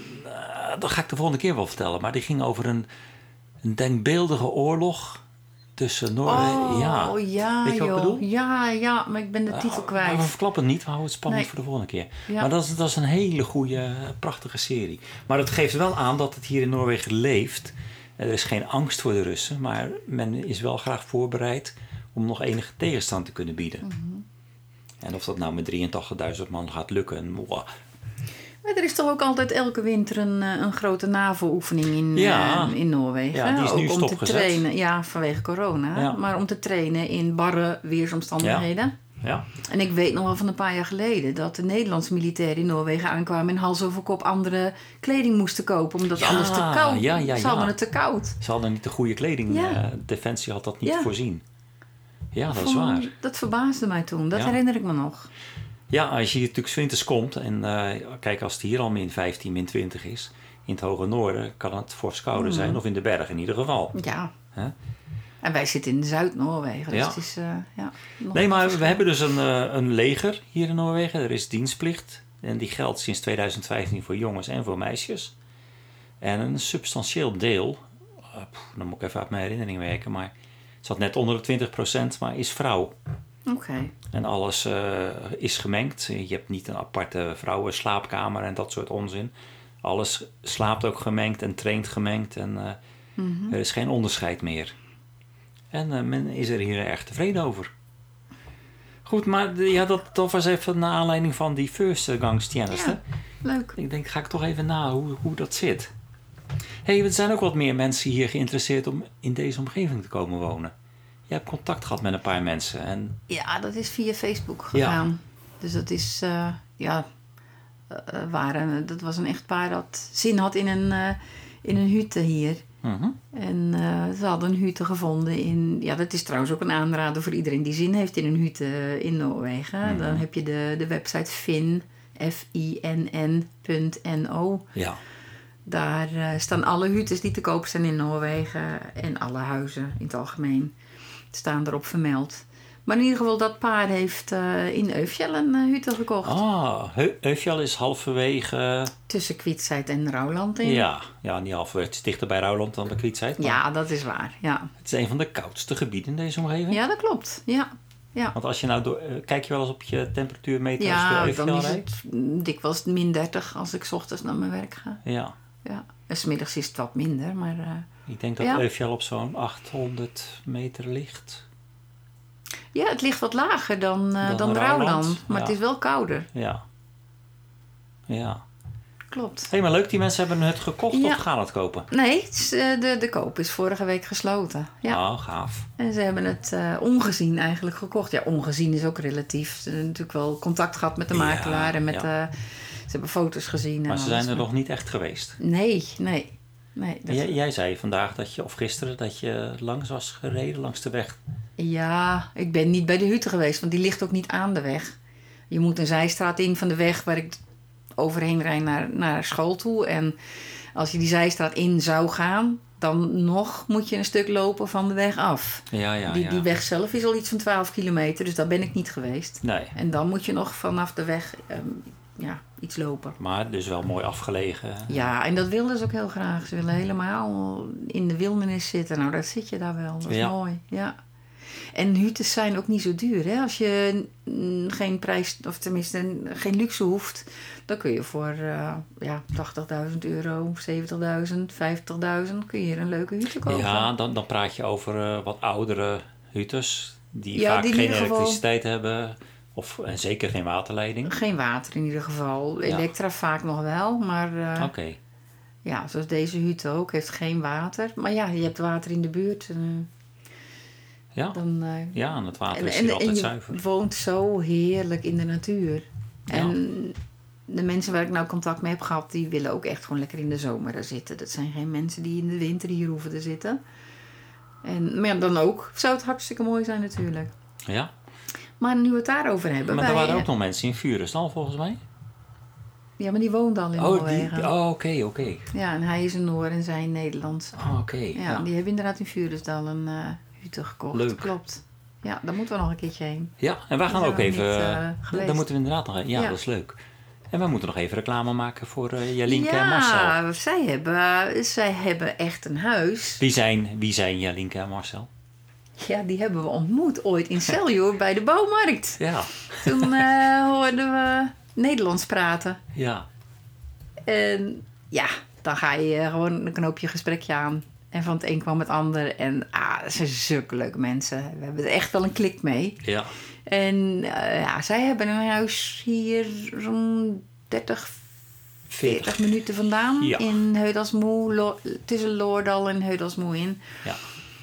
Dat ga ik de volgende keer wel vertellen. Maar die ging over een denkbeeldige oorlog... tussen Noorwegen... ja. Ja, Weet je wat ik bedoel? Ja, maar ik ben de titel kwijt. Maar we verklappen het niet, we houden het spannend voor de volgende keer. Ja. Maar dat is een hele goede, prachtige serie. Maar het geeft wel aan dat het hier in Noorwegen leeft. Er is geen angst voor de Russen, maar men is wel graag voorbereid om nog enige tegenstand te kunnen bieden. Mm-hmm. En of dat nou met 83.000 man gaat lukken, Maar er is toch ook altijd elke winter een grote NAVO-oefening in Noorwegen. Ja, die is nu ook om stopgezet. te trainen, ja, vanwege corona. Ja. Maar om te trainen in barre weersomstandigheden. Ja. En ik weet nog wel van een paar jaar geleden dat de Nederlandse militairen in Noorwegen aankwamen en hals over kop andere kleding moesten kopen. Omdat het anders te koud. Ze hadden het te koud. Ze hadden niet de goede kleding. Ja. Defensie had dat niet voorzien. Ja, dat is waar. Dat verbaasde mij toen. Dat herinner ik me nog. Ja, als je hier natuurlijk 's winters komt en kijk, als het hier al min 15, min 20 is, in het hoge noorden kan het fors kouder zijn, of in de bergen in ieder geval. Ja. Huh? En wij zitten in Zuid-Noorwegen, dus het is... nee, maar we hebben dus een leger hier in Noorwegen. Er is dienstplicht en die geldt sinds 2015 voor jongens en voor meisjes. En een substantieel deel, dan moet ik even uit mijn herinnering werken, maar het zat net onder de 20%, maar is vrouw. Oké. En alles is gemengd. Je hebt niet een aparte vrouwenslaapkamer en dat soort onzin. Alles slaapt ook gemengd en traint gemengd. En er is geen onderscheid meer. En men is er hier erg tevreden over. Goed, maar dat was even naar aanleiding van die Førstegangstjeneste. Ja, leuk. Ik denk, ga ik toch even na hoe dat zit. Er zijn ook wat meer mensen hier geïnteresseerd om in deze omgeving te komen wonen. Je hebt contact gehad met een paar mensen. En... Ja, dat is via Facebook gegaan. Ja. Dus dat is, dat was een echtpaar dat zin had in een hutte hier. Mm-hmm. En ze hadden een hutte gevonden in... Ja, dat is trouwens ook een aanrader voor iedereen die zin heeft in een hutte in Noorwegen. Mm-hmm. Dan heb je de website finn.no. Ja. Daar staan alle huttes die te koop zijn in Noorwegen en alle huizen in het algemeen staan erop vermeld. Maar in ieder geval, dat paar heeft in Øyfjell een hutte gekocht. Øyfjell is halverwege... Tussen Kviteseid en Rauland in. Ja, niet halverwege. Het is dichter bij Rauland dan bij Kviteseid. Ja, dat is waar, ja. Het is een van de koudste gebieden in deze omgeving. Ja, dat klopt, ja. Want als je nou kijk je wel eens op je temperatuurmeter als je door Øyfjell dan is rijdt? het dikwijls min 30 als ik 's ochtends naar mijn werk ga. Ja. En 's middags is het wat minder, maar... ik denk dat Øyfjell op zo'n 800 meter ligt. Ja, het ligt wat lager dan Rauland, maar het is wel kouder. Ja. Klopt. Maar leuk, die mensen hebben het gekocht of gaan het kopen? Nee, de koop is vorige week gesloten. Ja. Oh, gaaf. En ze hebben het ongezien eigenlijk gekocht. Ja, ongezien is ook relatief. Ze hebben natuurlijk wel contact gehad met de makelaar en met ze hebben foto's gezien. Maar en ze zijn er nog niet echt geweest? Nee. Jij zei vandaag of gisteren dat je langs was gereden, langs de weg. Ja, ik ben niet bij de hutte geweest, want die ligt ook niet aan de weg. Je moet een zijstraat in van de weg waar ik overheen rijd naar school toe. En als je die zijstraat in zou gaan, dan nog moet je een stuk lopen van de weg af. Die weg zelf is al iets van 12 kilometer, dus daar ben ik niet geweest. Nee. En dan moet je nog vanaf de weg iets lopen. Maar dus wel mooi afgelegen. Ja, en dat wilden ze ook heel graag. Ze willen helemaal in de wildernis zitten. Nou, dat zit je daar wel. Dat is mooi, ja. En huttes zijn ook niet zo duur, hè? Als je geen prijs, of tenminste geen luxe hoeft, dan kun je voor €80.000, €70.000, €50.000 kun je hier een leuke hutte kopen. Ja, dan praat je over wat oudere huttes die vaak geen elektriciteit hebben. En zeker geen waterleiding. Geen water in ieder geval. Elektra vaak nog wel, maar... Oké. Ja, zoals deze hut ook. Heeft geen water. Maar ja, je hebt water in de buurt. En het water is hier altijd zuiver. En je woont zo heerlijk in de natuur. Ja. En de mensen waar ik nou contact mee heb gehad, die willen ook echt gewoon lekker in de zomer daar zitten. Dat zijn geen mensen die in de winter hier hoeven te zitten. Maar dan ook zou het hartstikke mooi zijn natuurlijk. Ja. Maar nu we het daarover hebben... Maar er waren ook nog mensen in Vuresdal volgens mij? Ja, maar die woonde al in Noorwegen. Oké. Ja, en hij is een Noor en zij Nederlands. Oké. Die hebben inderdaad in Vuresdal een hutte gekocht. Leuk. Klopt. Ja, daar moeten we nog een keertje heen. Ja, en wij gaan ook even... daar moeten we inderdaad nog heen. Ja, dat is leuk. En wij moeten nog even reclame maken voor Jalinke en Marcel. Ja, zij hebben echt een huis. Wie zijn Jalinke en Marcel? Ja, die hebben we ontmoet ooit in Celjoor bij de bouwmarkt. Ja. Toen hoorden we Nederlands praten. Ja. En ja, dan ga je gewoon een knoopje gesprekje aan. En van het een kwam het ander. En dat zijn zulke leuke mensen. We hebben er echt wel een klik mee. Ja. En zij hebben een huis hier zo'n 40 minuten vandaan. Ja. In Heudalsmoe, tussen Loordal en Heudalsmoe in. Ja.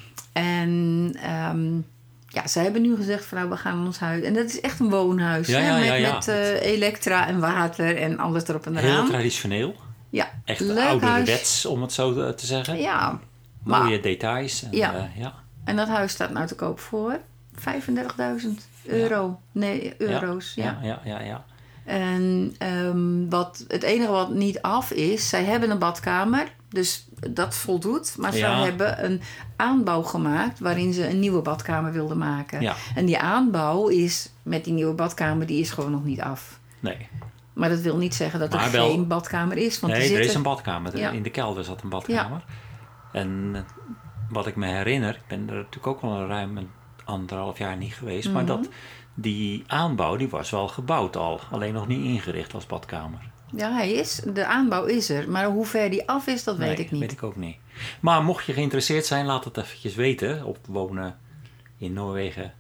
En ze hebben nu gezegd van we gaan ons huis. En dat is echt een woonhuis. Ja, met elektra en water en alles erop en eraan. Heel traditioneel. Ja, echt leuk ouderwets, om het zo te zeggen. Ja. Mooie details. En, ja. En dat huis staat nou te koop voor €35.000. Nee, euro's. Ja. En het enige wat niet af is, zij hebben een badkamer, dus dat voldoet. Maar zij hebben een aanbouw gemaakt waarin ze een nieuwe badkamer wilden maken. Ja. En die aanbouw is, met die nieuwe badkamer, die is gewoon nog niet af. Nee. Maar dat wil niet zeggen dat er geen badkamer is. Want er is een badkamer. Ja. In de kelder zat een badkamer. Ja. En wat ik me herinner, ik ben er natuurlijk ook al ruim 1,5 jaar niet geweest, maar die aanbouw die was wel gebouwd al, alleen nog niet ingericht als badkamer. Ja, de aanbouw is er, maar hoe ver die af is, dat weet ik niet. Weet ik ook niet. Maar mocht je geïnteresseerd zijn, laat het eventjes weten op wonen in Noorwegen.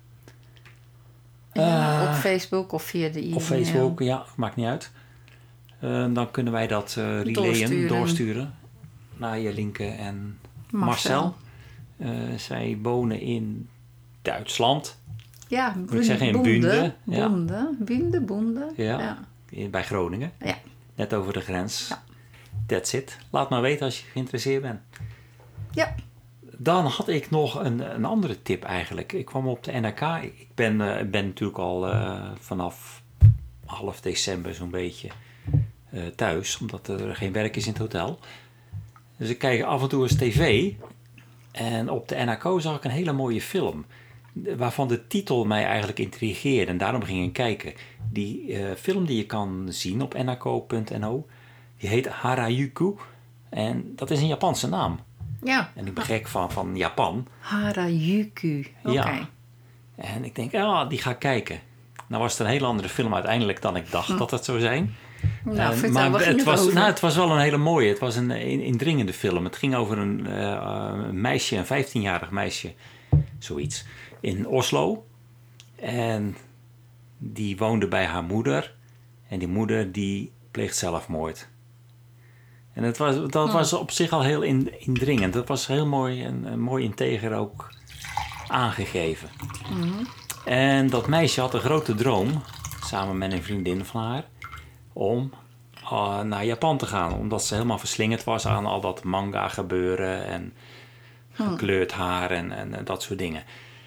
Op Facebook of via de e-mail. Op Facebook, ja, maakt niet uit. Dan kunnen wij dat doorsturen naar Jelinke en Marcel. Zij wonen in Duitsland. Ja, moet ik zeggen in Bunde. Bunde. Ja, bij Groningen. Ja. Net over de grens. Ja. That's it. Laat maar weten als je geïnteresseerd bent. Ja. Dan had ik nog een andere tip eigenlijk. Ik kwam op de NRK. Ik ben natuurlijk al vanaf half december zo'n beetje thuis. Omdat er geen werk is in het hotel. Dus ik kijk af en toe eens tv. En op de NRK zag ik een hele mooie film. Waarvan de titel mij eigenlijk intrigeerde. En daarom ging ik kijken. Die film die je kan zien op nrk.no. Die heet Harajuku. En dat is een Japanse naam. Ja. En ik ben gek van Japan. Harajuku. Oké. Ja. En ik denk, die ga ik kijken. Nou was het een hele andere film uiteindelijk dan ik dacht dat het zou zijn. Nou, maar het was wel een hele mooie. Het was een indringende film. Het ging over een meisje, een 15-jarig meisje. Zoiets. In Oslo. En die woonde bij haar moeder. En die moeder die pleegt zelfmoord. En dat was op zich al heel indringend. Dat was heel mooi en mooi integer ook aangegeven. Mm-hmm. En dat meisje had een grote droom, samen met een vriendin van haar, om naar Japan te gaan. Omdat ze helemaal verslingerd was aan al dat manga gebeuren en gekleurd haar en dat soort dingen.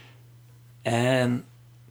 En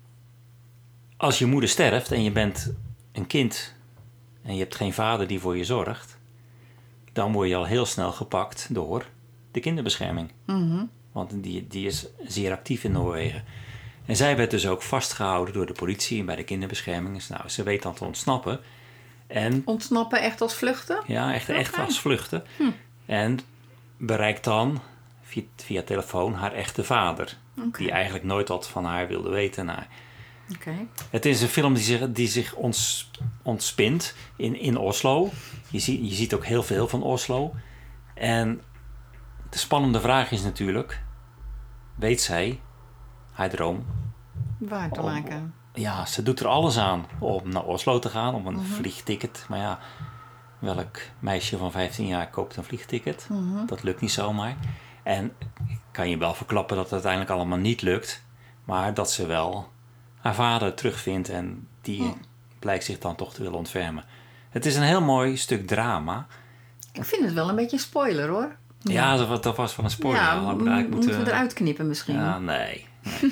als je moeder sterft en je bent een kind en je hebt geen vader die voor je zorgt, dan word je al heel snel gepakt door de kinderbescherming. Mm-hmm. Want die is zeer actief in Noorwegen. En zij werd dus ook vastgehouden door de politie en bij de kinderbescherming. Dus nou, ze weet dan te ontsnappen. En, ontsnappen echt als vluchten? Ja, echt als vluchten. En bereikt dan via telefoon haar echte vader. Okay. Die eigenlijk nooit wat van haar wilde weten. Okay. Het is een film die zich ontspint in Oslo. Je ziet ook heel veel van Oslo. En de spannende vraag is natuurlijk, weet zij haar droom waar te maken? Ja, ze doet er alles aan om naar Oslo te gaan, om een vliegticket. Maar ja, welk meisje van 15 jaar koopt een vliegticket? Dat lukt niet zomaar. En ik kan je wel verklappen dat het uiteindelijk allemaal niet lukt. Maar dat ze wel haar vader terugvindt en die blijkt zich dan toch te willen ontfermen. Het is een heel mooi stuk drama. Ik vind het wel een beetje een spoiler hoor. Ja, dat was van een spoiler. Ja, moeten we eruit knippen misschien? Ja, nee.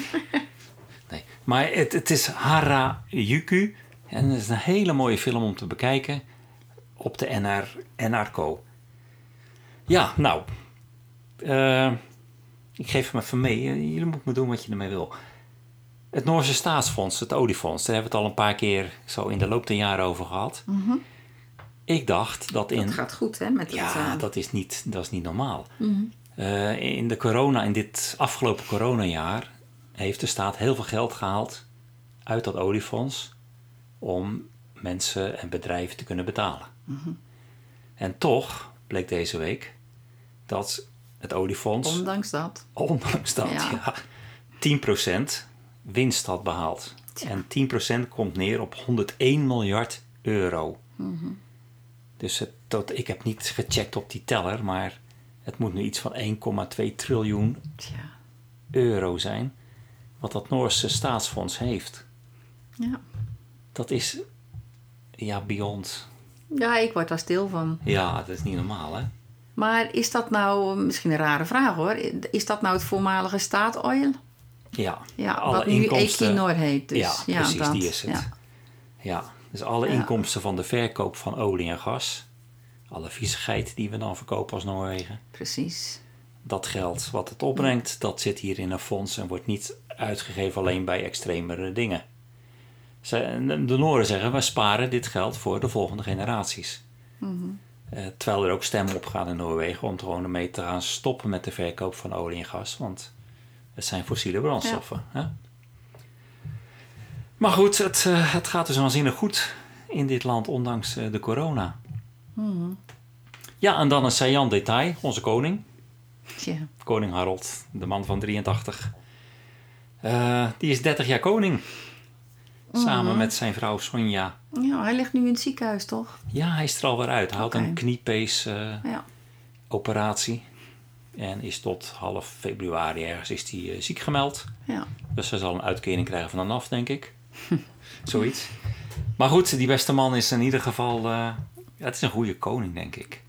Nee. Maar het is Harajuku. En het is een hele mooie film om te bekijken op de NRK. Ja, nou. Ik geef hem even mee. Jullie moeten me doen wat je ermee wil. Het Noorse Staatsfonds, het Oliefonds. Daar hebben we het al een paar keer zo in de loop der jaren over gehad. Ik dacht dat Dat gaat goed, hè? dat is niet normaal. In dit afgelopen coronajaar heeft de staat heel veel geld gehaald uit dat oliefonds om mensen en bedrijven te kunnen betalen. Mm-hmm. En toch bleek deze week dat het oliefonds... Ondanks dat, ja 10% winst had behaald. Tja. En 10% komt neer op 101 miljard euro. Mm-hmm. Dus ik heb niet gecheckt op die teller, maar het moet nu iets van 1,2 triljoen euro zijn, wat dat Noorse staatsfonds heeft. Ja. Dat is, beyond. Ja, ik word daar stil van. Ja, dat is niet normaal, hè? Maar is dat nou, misschien een rare vraag hoor, is dat nou het voormalige Statoil? Ja, alle wat nu Equinor heet. Dus. Ja, precies, dat, die is het. Ja, dus alle inkomsten van de verkoop van olie en gas, alle viezigheid die we dan verkopen als Noorwegen. Precies. Dat geld wat het opbrengt, dat zit hier in een fonds en wordt niet uitgegeven alleen bij extremere dingen. De Nooren zeggen, we sparen dit geld voor de volgende generaties. Mm-hmm. Terwijl er ook stemmen opgaan in Noorwegen om gewoon ermee te gaan stoppen met de verkoop van olie en gas. Want het zijn fossiele brandstoffen. Ja. Hè? Maar goed, het gaat dus waanzinnig goed in dit land, ondanks de corona. Mm-hmm. Ja, en dan een saillant detail, onze koning. Ja. Koning Harold, de man van 83. Die is 30 jaar koning. Samen met zijn vrouw Sonja. Ja, hij ligt nu in het ziekenhuis, toch? Ja, hij is er alweer uit. Hij had een kniepees-operatie. En is tot half februari ergens is hij ziek gemeld. Ja. Dus hij zal een uitkering krijgen van de NAF, denk ik. Zoiets. Maar goed, die beste man is in ieder geval... het is een goede koning, denk ik.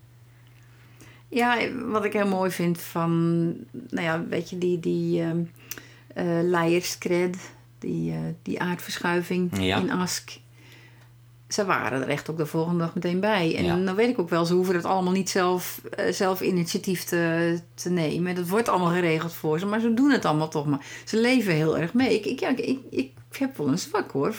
Ja, wat ik heel mooi vind van... weet je, die Leierskred... Die aardverschuiving in Ask. Ze waren er echt ook de volgende dag meteen bij. En dan weet ik ook wel, ze hoeven het allemaal niet zelf initiatief te nemen. Dat wordt allemaal geregeld voor ze, maar ze doen het allemaal toch maar. Ze leven heel erg mee. Ik heb wel een zwak hoor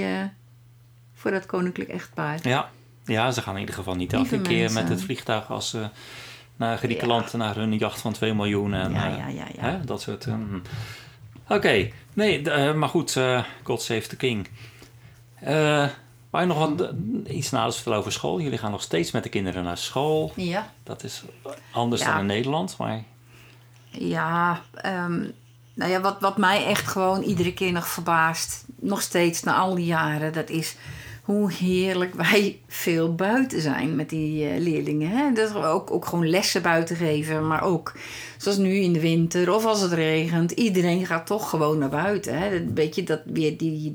voor dat koninklijk echtpaar. Ja, ze gaan in ieder geval niet elke keer met het vliegtuig als ze naar Griekenland naar hun jacht van 2 miljoen. En, Hè, dat soort... Oké. Nee, maar goed, God save the king. Wou je nog iets naders vertellen over school? Jullie gaan nog steeds met de kinderen naar school. Ja. Dat is anders dan in Nederland, maar... Ja, wat mij echt gewoon iedere keer nog verbaast... nog steeds na al die jaren, dat is... hoe heerlijk wij veel buiten zijn met die leerlingen. Hè? Dat we ook gewoon lessen buiten geven. Maar ook, zoals nu in de winter of als het regent... iedereen gaat toch gewoon naar buiten. Hè? Een beetje dat weer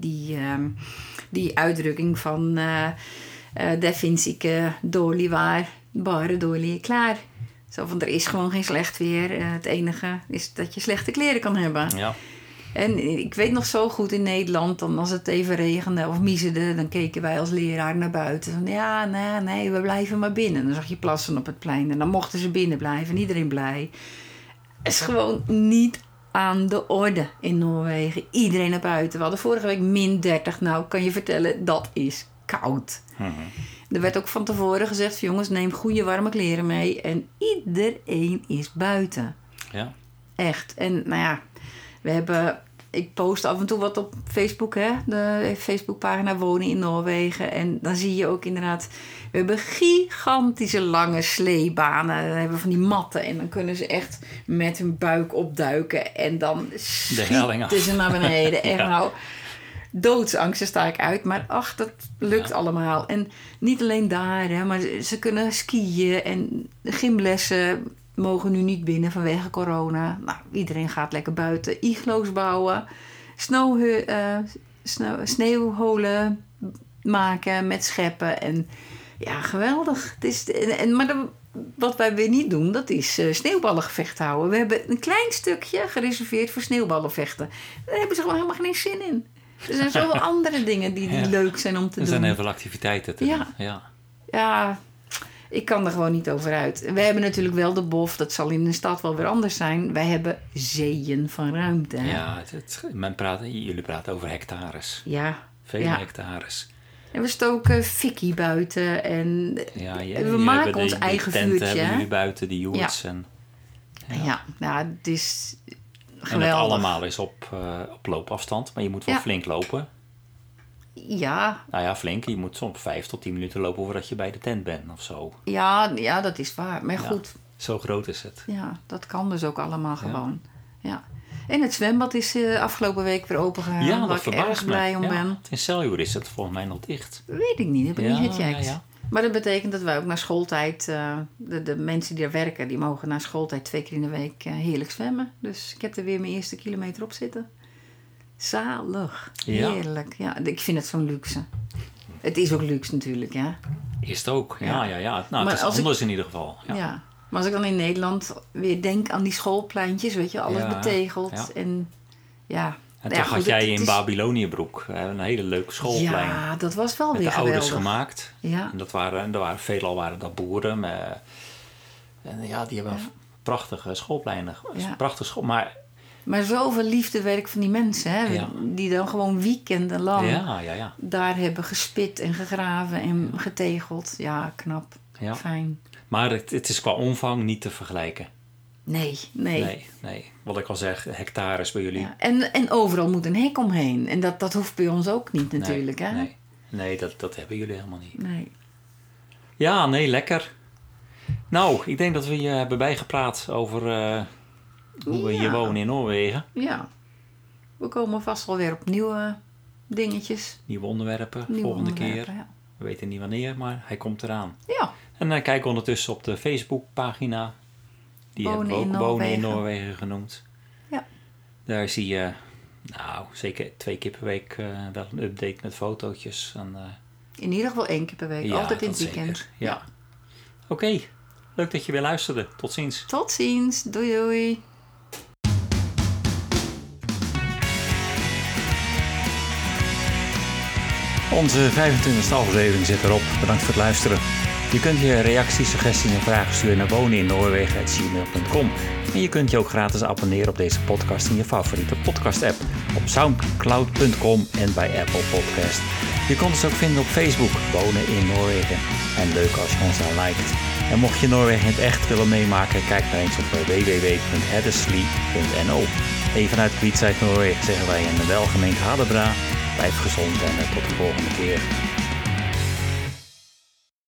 die uitdrukking van... daar vind ik doorlie waar, bare doorlie klaar. Zo van, er is gewoon geen slecht weer. Het enige is dat je slechte kleren kan hebben. Ja. En ik weet nog zo goed in Nederland, dan als het even regende of miezerde... dan keken wij als leraar naar buiten. Van, nee, we blijven maar binnen. Dan zag je plassen op het plein en dan mochten ze binnen blijven en iedereen blij. Het is gewoon niet aan de orde in Noorwegen. Iedereen naar buiten. We hadden vorige week min 30. Nou, kan je vertellen, dat is koud. Mm-hmm. Er werd ook van tevoren gezegd... jongens, neem goede warme kleren mee. En iedereen is buiten. Ja. Echt. En we hebben... Ik post af en toe wat op Facebook, hè? De Facebookpagina Wonen in Noorwegen. En dan zie je ook inderdaad... We hebben gigantische lange sleebanen. Dan hebben we van die matten. En dan kunnen ze echt met hun buik opduiken. En dan schieten ze naar beneden. En nou, doodsangsten sta ik uit. Maar ach, dat lukt allemaal. En niet alleen daar, hè, maar ze kunnen skiën. En gymlessen mogen nu niet binnen vanwege corona. Nou, iedereen gaat lekker buiten iglo's bouwen. Sneeuwholen maken met scheppen. En ja, geweldig. Wat wij weer niet doen, dat is sneeuwballengevecht houden. We hebben een klein stukje gereserveerd voor sneeuwballenvechten. Daar hebben ze gewoon helemaal geen zin in. Er zijn zoveel andere dingen die leuk zijn om te doen. Er zijn heel veel activiteiten te doen. Ja, ik kan er gewoon niet over uit. We hebben natuurlijk wel de BOF. Dat zal in de stad wel weer anders zijn. Wij hebben zeeën van ruimte. Hè? Ja, jullie praten over hectares. Ja. Vele hectares. En we stoken fikkie buiten. En we maken ons eigen tenten vuurtje. Hebben jullie buiten, die joerts. Ja, het is geweldig. En het allemaal is op loopafstand, maar je moet wel flink lopen. Ja. Nou ja, flink. Je moet soms 5 tot 10 minuten lopen voordat je bij de tent bent of zo. Ja, dat is waar. Maar goed. Zo groot is het. Ja, dat kan dus ook allemaal gewoon. Ja. En het zwembad is afgelopen week weer open gegaan. Ja, dat waar ik erg blij om ben. In Celjoer is het volgens mij nog dicht. Weet ik niet, dat heb ik niet gecheckt. Ja. Maar dat betekent dat wij ook na schooltijd... de mensen die er werken, die mogen na schooltijd 2 keer in de week heerlijk zwemmen. Dus ik heb er weer mijn eerste kilometer op zitten. Zalig. Heerlijk. Ja, ik vind het zo'n luxe. Het is ook luxe natuurlijk, ja. Is het ook, ja. Nou, het is anders in ieder geval. Ja. Maar als ik dan in Nederland weer denk aan die schoolpleintjes, weet je, alles betegeld. Ja. En toen had jij in Babyloniëbroek een hele leuke schoolplein. Ja, dat was wel met weer geweldig. Met de ouders gemaakt. Ja. En veelal waren dat boeren. Die hebben prachtige schoolpleinen. Prachtige school, maar zoveel liefdewerk van die mensen, hè? Ja. Die dan gewoon weekendenlang daar hebben gespit en gegraven en getegeld. Ja, knap. Ja. Fijn. Maar het is qua omvang niet te vergelijken. Nee. Wat ik al zeg, hectares bij jullie. Ja. En overal moet een hek omheen. En dat hoeft bij ons ook niet natuurlijk. Nee, dat hebben jullie helemaal niet. Nee. Ja, nee, lekker. Nou, ik denk dat we je hebben bijgepraat over hoe we hier wonen in Noorwegen. Ja. We komen vast wel weer op nieuwe dingetjes. Nieuwe onderwerpen, volgende keer. Ja. We weten niet wanneer, maar hij komt eraan. Ja. En dan kijken we ondertussen op de Facebookpagina. Die hebben we ook Wonen in Noorwegen genoemd. Ja. Daar zie je zeker 2 keer per week wel een update met fotootjes. In ieder geval 1 keer per week. Altijd in het weekend. Zeker. Ja. Oké. Leuk dat je weer luisterde. Tot ziens. Tot ziens. Doei. Onze 25e aflevering zit erop. Bedankt voor het luisteren. Je kunt je reacties, suggesties en vragen sturen naar woneninnoorwegen@gmail.com. En je kunt je ook gratis abonneren op deze podcast in je favoriete podcast-app. Op soundcloud.com en bij Apple Podcast. Je kunt ons ook vinden op Facebook, Wonen in Noorwegen. En leuk als je ons daar liked. En mocht je Noorwegen in het echt willen meemaken, kijk dan eens op www.hedesli.no. En vanuit Kvitsheid Noorwegen zeggen wij een welgemeend Hadebra. Blijf gezond en tot de volgende keer.